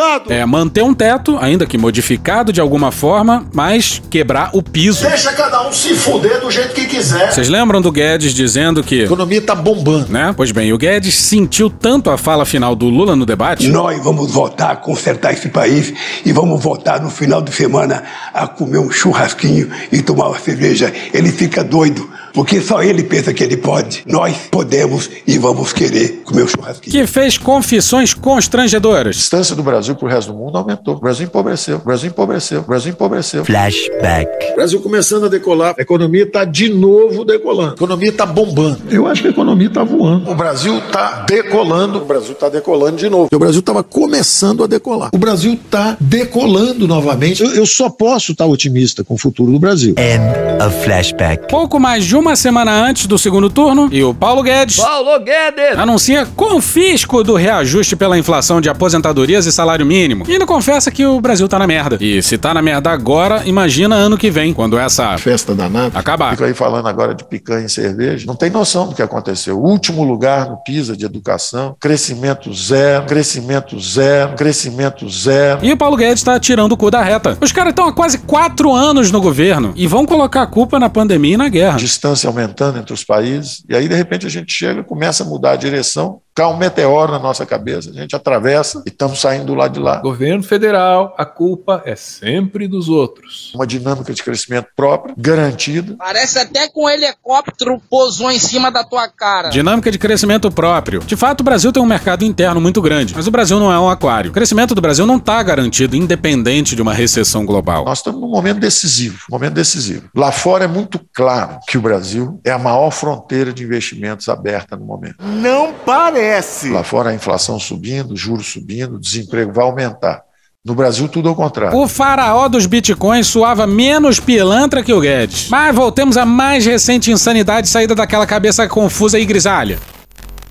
é manter um teto, ainda que modificado de alguma forma, mas quebrar o piso. Deixa cada um se fuder do jeito que quiser. Vocês lembram do Guedes dizendo que... A economia tá bombando. Né? Pois bem, o Guedes sentiu tanto a fala final do Lula no debate... Nós vamos voltar a consertar esse país e vamos voltar no final de semana a comer um churrasquinho e tomar uma cerveja. Ele fica doido, porque só ele pensa que ele pode. Nós podemos e vamos querer comer um churrasquinho. Que fez confissões constrangedoras. A distância do Brasil pro resto do mundo aumentou. O Brasil empobreceu. O Brasil empobreceu. O Brasil empobreceu. Flashback. O Brasil começando a decolar. A economia tá de novo decolando. A economia tá bombando. Eu acho que a economia tá voando. O Brasil tá decolando. O Brasil tá decolando de novo. O Brasil tava começando a decolar. O Brasil tá decolando novamente. Eu, eu só posso estar otimista com o futuro do Brasil. End of flashback. Pouco mais de uma semana antes do segundo turno, e o Paulo Guedes... Paulo Guedes! Anuncia confisco do reajuste pela inflação de aposentadorias e salário mínimo. E ainda confessa que o Brasil tá na merda. E se tá na merda agora, imagina ano que vem, quando essa festa danada acabar. Fica aí falando agora de picanha e cerveja. Não tem noção do que aconteceu. Último lugar no PISA de educação. Crescimento zero, crescimento zero, crescimento zero. E o Paulo Guedes tá tirando o cu da reta. Os caras estão há quase quatro anos no governo e vão colocar a culpa na pandemia e na guerra. Distância aumentando entre os países. E aí, de repente, a gente chega e começa a mudar a direção. Cai um meteoro na nossa cabeça, a gente atravessa e estamos saindo do lado de lá. Governo federal, a culpa é sempre dos outros. Uma dinâmica de crescimento própria, garantida. Parece até que um helicóptero pousou em cima da tua cara. Dinâmica de crescimento próprio. De fato, o Brasil tem um mercado interno muito grande, mas o Brasil não é um aquário. O crescimento do Brasil não está garantido, independente de uma recessão global. Nós estamos num momento decisivo, momento decisivo. Lá fora é muito claro que o Brasil é a maior fronteira de investimentos aberta no momento. Não parece. Lá fora a inflação subindo, juros subindo, o desemprego vai aumentar. No Brasil, tudo ao contrário. O faraó dos bitcoins suava menos pilantra que o Guedes. Mas voltemos à mais recente insanidade saída daquela cabeça confusa e grisalha.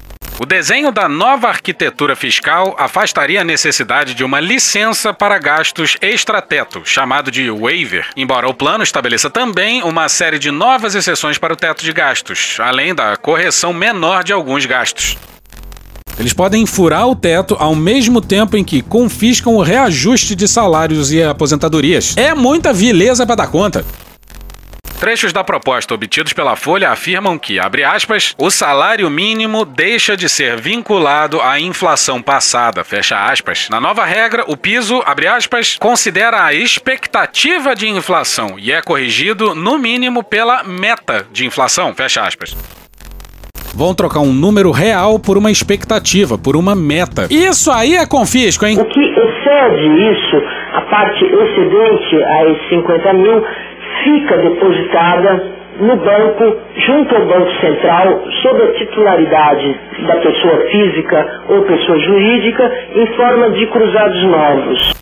O desenho da nova arquitetura fiscal afastaria a necessidade de uma licença para gastos extrateto, chamado de waiver, embora o plano estabeleça também uma série de novas exceções para o teto de gastos, além da correção menor de alguns gastos. Eles podem furar o teto ao mesmo tempo em que confiscam o reajuste de salários e aposentadorias. É muita vileza para dar conta. Trechos da proposta obtidos pela Folha afirmam que, abre aspas, o salário mínimo deixa de ser vinculado à inflação passada, fecha aspas. Na nova regra, o piso, abre aspas, considera a expectativa de inflação e é corrigido, no mínimo, pela meta de inflação, fecha aspas. Vão trocar um número real por uma expectativa, por uma meta. Isso aí é confisco, hein? O que excede isso, a parte excedente a esses cinquenta mil, fica depositada no banco, junto ao Banco Central, sob a titularidade da pessoa física ou pessoa jurídica, em forma de cruzados novos.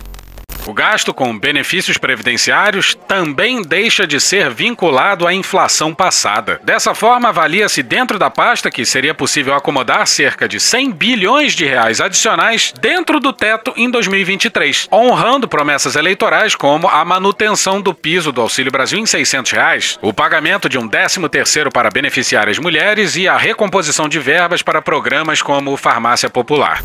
O gasto com benefícios previdenciários também deixa de ser vinculado à inflação passada. Dessa forma, avalia-se dentro da pasta que seria possível acomodar cerca de cem bilhões de reais adicionais dentro do teto em dois mil e vinte e três, honrando promessas eleitorais como a manutenção do piso do Auxílio Brasil em seiscentos reais, o pagamento de um décimo terceiro para beneficiárias mulheres e a recomposição de verbas para programas como Farmácia Popular.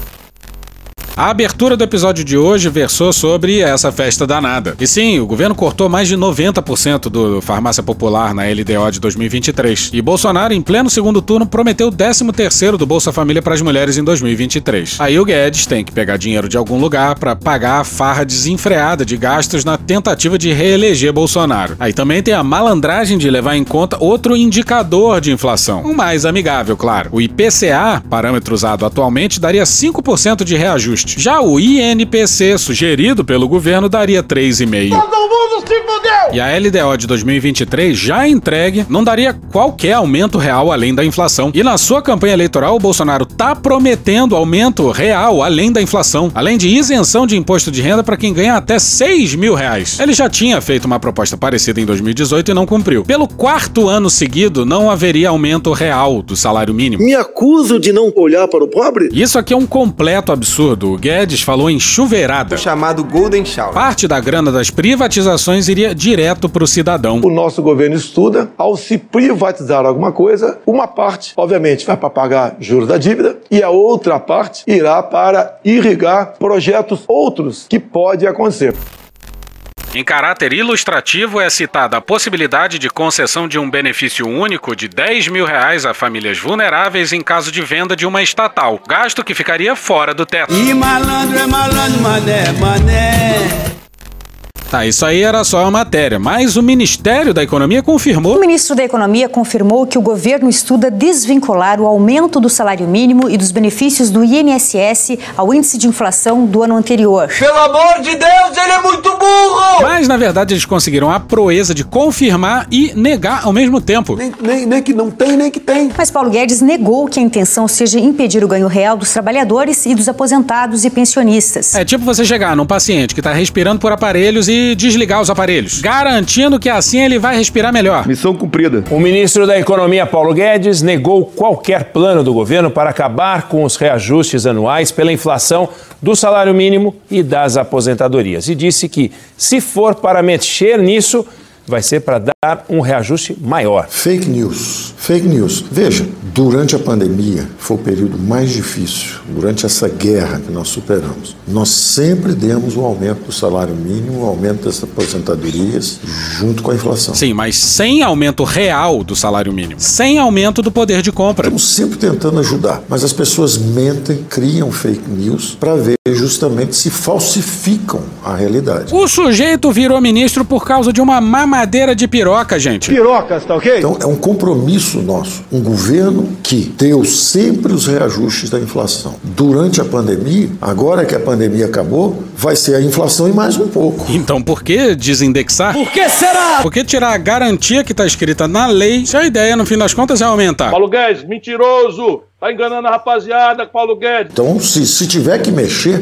A abertura do episódio de hoje versou sobre essa festa danada. E sim, o governo cortou mais de noventa por cento do Farmácia Popular na L D O de dois mil e vinte e três. E Bolsonaro, em pleno segundo turno, prometeu o décimo terceiro do Bolsa Família para as mulheres em dois mil e vinte e três. Aí o Guedes tem que pegar dinheiro de algum lugar para pagar a farra desenfreada de gastos na tentativa de reeleger Bolsonaro. Aí também tem a malandragem de levar em conta outro indicador de inflação. Um mais amigável, claro. O I P C A, parâmetro usado atualmente, daria cinco por cento de reajuste. Já o I N P C, sugerido pelo governo, daria três vírgula cinco por cento. Todo mundo se fudeu! E a L D O de dois mil e vinte e três, já entregue, não daria qualquer aumento real além da inflação. E na sua campanha eleitoral, o Bolsonaro tá prometendo aumento real além da inflação, além de isenção de imposto de renda para quem ganha até seis mil reais. Ele já tinha feito uma proposta parecida em dois mil e dezoito e não cumpriu. Pelo quarto ano seguido, não haveria aumento real do salário mínimo. Me acuso de não olhar para o pobre? Isso aqui é um completo absurdo. O Guedes falou em chuveirada. O chamado Golden Shower. Parte da grana das privatizações iria direto para o cidadão. O nosso governo estuda, ao se privatizar alguma coisa, uma parte, obviamente, vai para pagar juros da dívida e a outra parte irá para irrigar projetos outros que podem acontecer. Em caráter ilustrativo, é citada a possibilidade de concessão de um benefício único de dez mil reais a famílias vulneráveis em caso de venda de uma estatal, gasto que ficaria fora do teto. E malandro é malandro, mané, mané. Tá, isso aí era só a matéria, mas o Ministério da Economia confirmou... O ministro da Economia confirmou que o governo estuda desvincular o aumento do salário mínimo e dos benefícios do I N S S ao índice de inflação do ano anterior. Pelo amor de Deus, ele é muito burro! Mas, na verdade, eles conseguiram a proeza de confirmar e negar ao mesmo tempo. Nem, nem, nem que não tem, nem que tem. Mas Paulo Guedes negou que a intenção seja impedir o ganho real dos trabalhadores e dos aposentados e pensionistas. É tipo você chegar num paciente que tá respirando por aparelhos e desligar os aparelhos, garantindo que assim ele vai respirar melhor. Missão cumprida. O ministro da Economia, Paulo Guedes, negou qualquer plano do governo para acabar com os reajustes anuais pela inflação do salário mínimo e das aposentadorias. E disse que, se for para mexer nisso, vai ser para dar um reajuste maior. Fake news. Fake news. Veja, durante a pandemia foi o período mais difícil, durante essa guerra que nós superamos. Nós sempre demos um aumento do salário mínimo, um aumento das aposentadorias, junto com a inflação. Sim, mas sem aumento real do salário mínimo, sem aumento do poder de compra. Estamos sempre tentando ajudar, mas as pessoas mentem, criam fake news para ver justamente se falsificam a realidade. O sujeito virou ministro por causa de uma mamadeira de piroca, gente. Pirocas, tá ok? Então é um compromisso nosso. Um governo que deu sempre os reajustes da inflação. Durante a pandemia, agora que a pandemia acabou, vai ser a inflação e mais um pouco. Então por que desindexar? Por que será? Por que tirar a garantia que está escrita na lei se a ideia, no fim das contas, é aumentar? Paulo Guedes, mentiroso! Tá enganando a rapaziada, Paulo Guedes. Então, se, se tiver que mexer,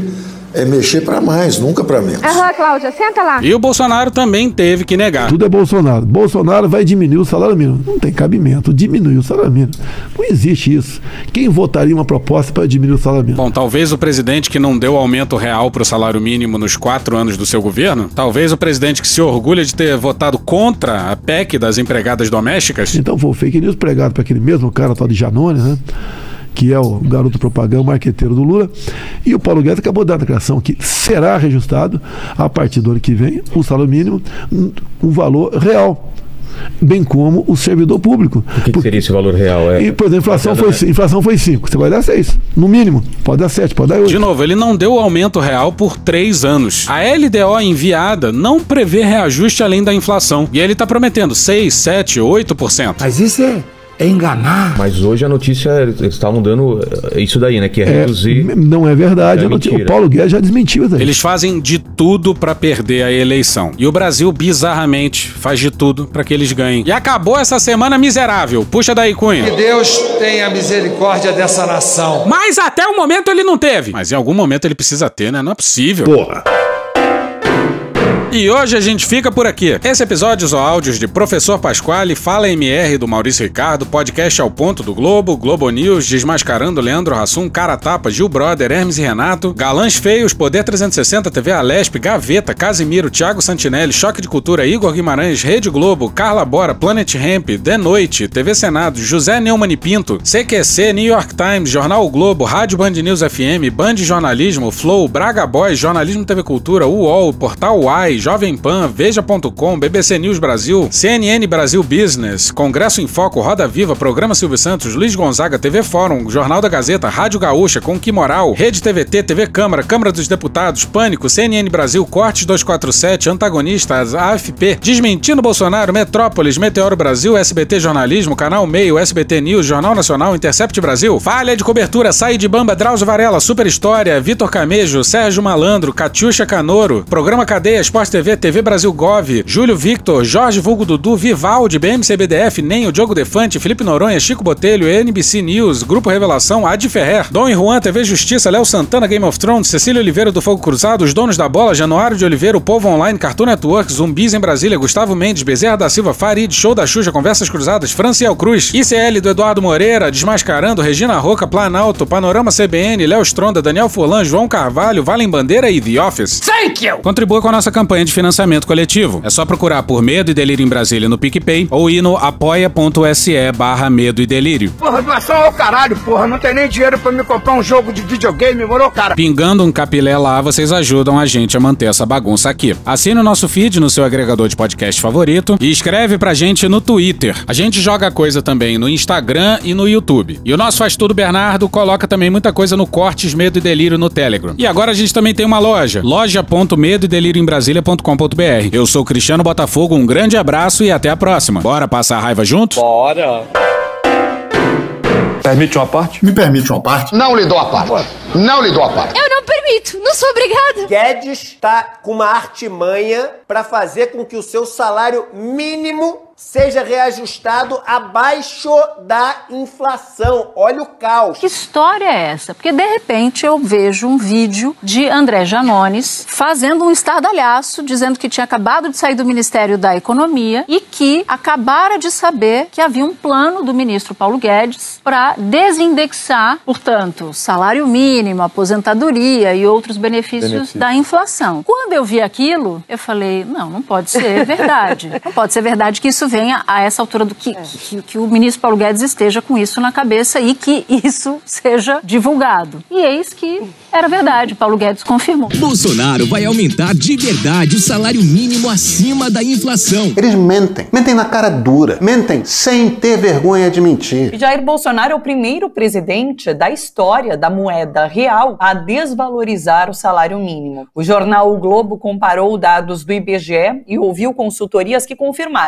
é mexer para mais, nunca para menos. Aham, Cláudia, senta lá. E o Bolsonaro também teve que negar. Tudo é Bolsonaro. Bolsonaro vai diminuir o salário mínimo. Não tem cabimento. Diminuir o salário mínimo. Não existe isso. Quem votaria uma proposta para diminuir o salário mínimo? Bom, talvez o presidente que não deu aumento real para o salário mínimo nos quatro anos do seu governo, talvez o presidente que se orgulha de ter votado contra a P E C das empregadas domésticas. Então foi o fake news pregado para aquele mesmo cara, tal de Janones, né? Que é o garoto propaganda, o marqueteiro do Lula, e o Paulo Guedes acabou de dar a declaração que será reajustado a partir do ano que vem o salário mínimo, um valor real, bem como o servidor público. O que, que seria esse valor real? É... E, por exemplo, a inflação foi, a inflação foi cinco, você vai dar seis, no mínimo, pode dar sete, pode dar oito. De novo, ele não deu aumento real por três anos. A L D O enviada não prevê reajuste além da inflação, e ele está prometendo seis, sete, oito por cento. Mas isso é... é enganar. Mas hoje a notícia, eles estavam dando isso daí, né? Que é, é reduzir... Não é verdade. É a notícia, o Paulo Guedes já desmentiu isso aí. Eles fazem de tudo pra perder a eleição. E o Brasil, bizarramente, faz de tudo pra que eles ganhem. E acabou essa semana miserável. Puxa daí, Cunha. Que Deus tenha misericórdia dessa nação. Mas até o momento ele não teve. Mas em algum momento ele precisa ter, né? Não é possível. Porra. E hoje a gente fica por aqui. Esse episódio usou áudios de Professor Pasquale, Fala M R do Maurício Ricardo, Podcast ao Ponto do Globo, Globo News, Desmascarando Leandro Hassum, Cara Tapa, Gil Brother, Hermes e Renato, Galãs Feios, Poder trezentos e sessenta, T V Alesp, Gaveta, Casimiro, Thiago Santinelli, Choque de Cultura, Igor Guimarães, Rede Globo, Carla Bora, Planet Ramp, The Noite, T V Senado, José Neumann e Pinto, C Q C, New York Times, Jornal o Globo, Rádio Band News F M, Band Jornalismo, Flow, Braga Boys, Jornalismo T V Cultura, U O L, Portal Uai, Jovem Pan, Veja ponto com, B B C News Brasil, C N N Brasil Business, Congresso em Foco, Roda Viva, Programa Silvio Santos, Luiz Gonzaga, T V Fórum, Jornal da Gazeta, Rádio Gaúcha, Com Que Moral, Rede T V T, T V Câmara, Câmara dos Deputados, Pânico, C N N Brasil, Cortes duzentos e quarenta e sete, Antagonistas, A F P, Desmentindo Bolsonaro, Metrópolis, Meteoro Brasil, S B T Jornalismo, Canal Meio, S B T News, Jornal Nacional, Intercept Brasil, Falha de Cobertura, Sai de Bamba, Drauzio Varela, Super História, Vitor Camejo, Sérgio Malandro, Catiuxa Canoro, Programa Cadeia, Sport T V, T V Brasil Gov, Júlio Victor, Jorge Vulgo Dudu, Vivaldi, B M C B D F, Nenho, Diogo Defante, Felipe Noronha, Chico Botelho, N B C News, Grupo Revelação, Adi Ferrer, Dom e Juan, T V Justiça, Léo Santana, Game of Thrones, Cecília Oliveira do Fogo Cruzado, Os Donos da Bola, Januário de Oliveira, O Povo Online, Cartoon Network, Zumbis em Brasília, Gustavo Mendes, Bezerra da Silva, Farid, Show da Xuxa, Conversas Cruzadas, Franciel Cruz, I C L do Eduardo Moreira, Desmascarando, Regina Roca, Planalto, Panorama C B N, Léo Stronda, Daniel Furlan, João Carvalho, Valem Bandeira e The Office. Thank you! Contribua com a nossa campanha de financiamento coletivo. É só procurar por Medo e Delírio em Brasília no PicPay ou ir no apoia.se barra Medo e Delírio. Porra, doação ao caralho, porra. Não tem nem dinheiro pra me comprar um jogo de videogame, moro, cara? Pingando um capilé lá, vocês ajudam a gente a manter essa bagunça aqui. Assine o nosso feed no seu agregador de podcast favorito e escreve pra gente no Twitter. A gente joga coisa também no Instagram e no YouTube. E o nosso Faz Tudo Bernardo coloca também muita coisa no Cortes Medo e Delírio no Telegram. E agora a gente também tem uma loja, loja ponto medo e delírio em brasília ponto com ponto br. Eu sou Cristiano Botafogo, um grande abraço e até a próxima. Bora passar a raiva junto? Bora! Permite uma parte? Me permite uma parte? Não lhe dou a parte. Não lhe dou a parte. Eu não permito, não sou obrigada. Guedes tá com uma artimanha para fazer com que o seu salário mínimo seja reajustado abaixo da inflação. Olha o caos. Que história é essa? Porque de repente eu vejo um vídeo de André Janones fazendo um estardalhaço, dizendo que tinha acabado de sair do Ministério da Economia e que acabara de saber que havia um plano do ministro Paulo Guedes para desindexar, portanto, salário mínimo, aposentadoria e outros benefícios Benefício. da inflação. Quando eu vi aquilo, eu falei, não, não pode ser verdade. Não pode ser verdade que isso venha a essa altura do que, é. que, que o ministro Paulo Guedes esteja com isso na cabeça e que isso seja divulgado. E eis que era verdade, Paulo Guedes confirmou. Bolsonaro vai aumentar de verdade o salário mínimo acima da inflação. Eles mentem, mentem na cara dura, mentem sem ter vergonha de mentir. Jair Bolsonaro é o primeiro presidente da história da moeda real a desvalorizar o salário mínimo. O jornal O Globo comparou dados do I B G E e ouviu consultorias que confirmaram a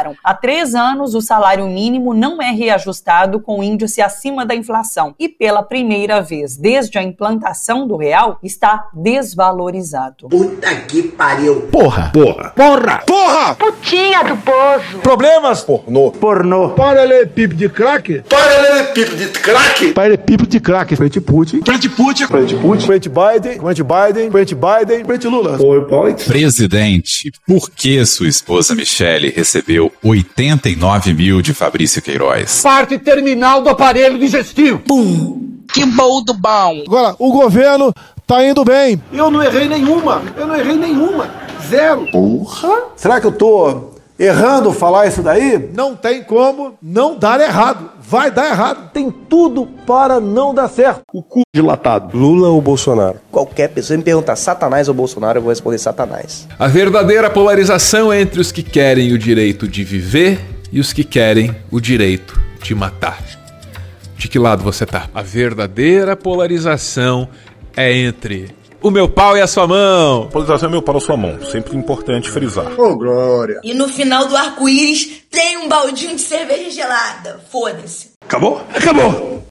três anos, o salário mínimo não é reajustado com índice acima da inflação e, pela primeira vez desde a implantação do real, está desvalorizado. Puta que pariu. Porra. Porra. Porra. Porra. Putinha do poço. Problemas? Pornô. Pornô. Paralelepípedo de crack. Paralelepípedo de crack. Paralelepípedo de crack. Frente Putin. Frente Putin. Frente Putin. Frente Biden. Frente Biden. Frente Biden. Frente Lula. PowerPoint. Presidente, por que sua esposa Michele recebeu oitenta e nove mil de Fabrício Queiroz? Parte terminal do aparelho digestivo. Pum. Que bom do bom. Agora, o governo tá indo bem. Eu não errei nenhuma. Eu não errei nenhuma. Zero. Porra. Será que eu tô errando falar isso daí? Não tem como não dar errado. Vai dar errado. Tem tudo para não dar certo. O cu dilatado. Lula ou Bolsonaro? Qualquer pessoa me perguntar Satanás ou Bolsonaro, eu vou responder Satanás. A verdadeira polarização é entre os que querem o direito de viver e os que querem o direito de matar. De que lado você tá? A verdadeira polarização é entre o meu pau e a sua mão. Polarização é meu pau e a sua mão. Sempre importante frisar. Ô, oh, glória. E no final do arco-íris tem um baldinho de cerveja gelada. Foda-se. Acabou? Acabou.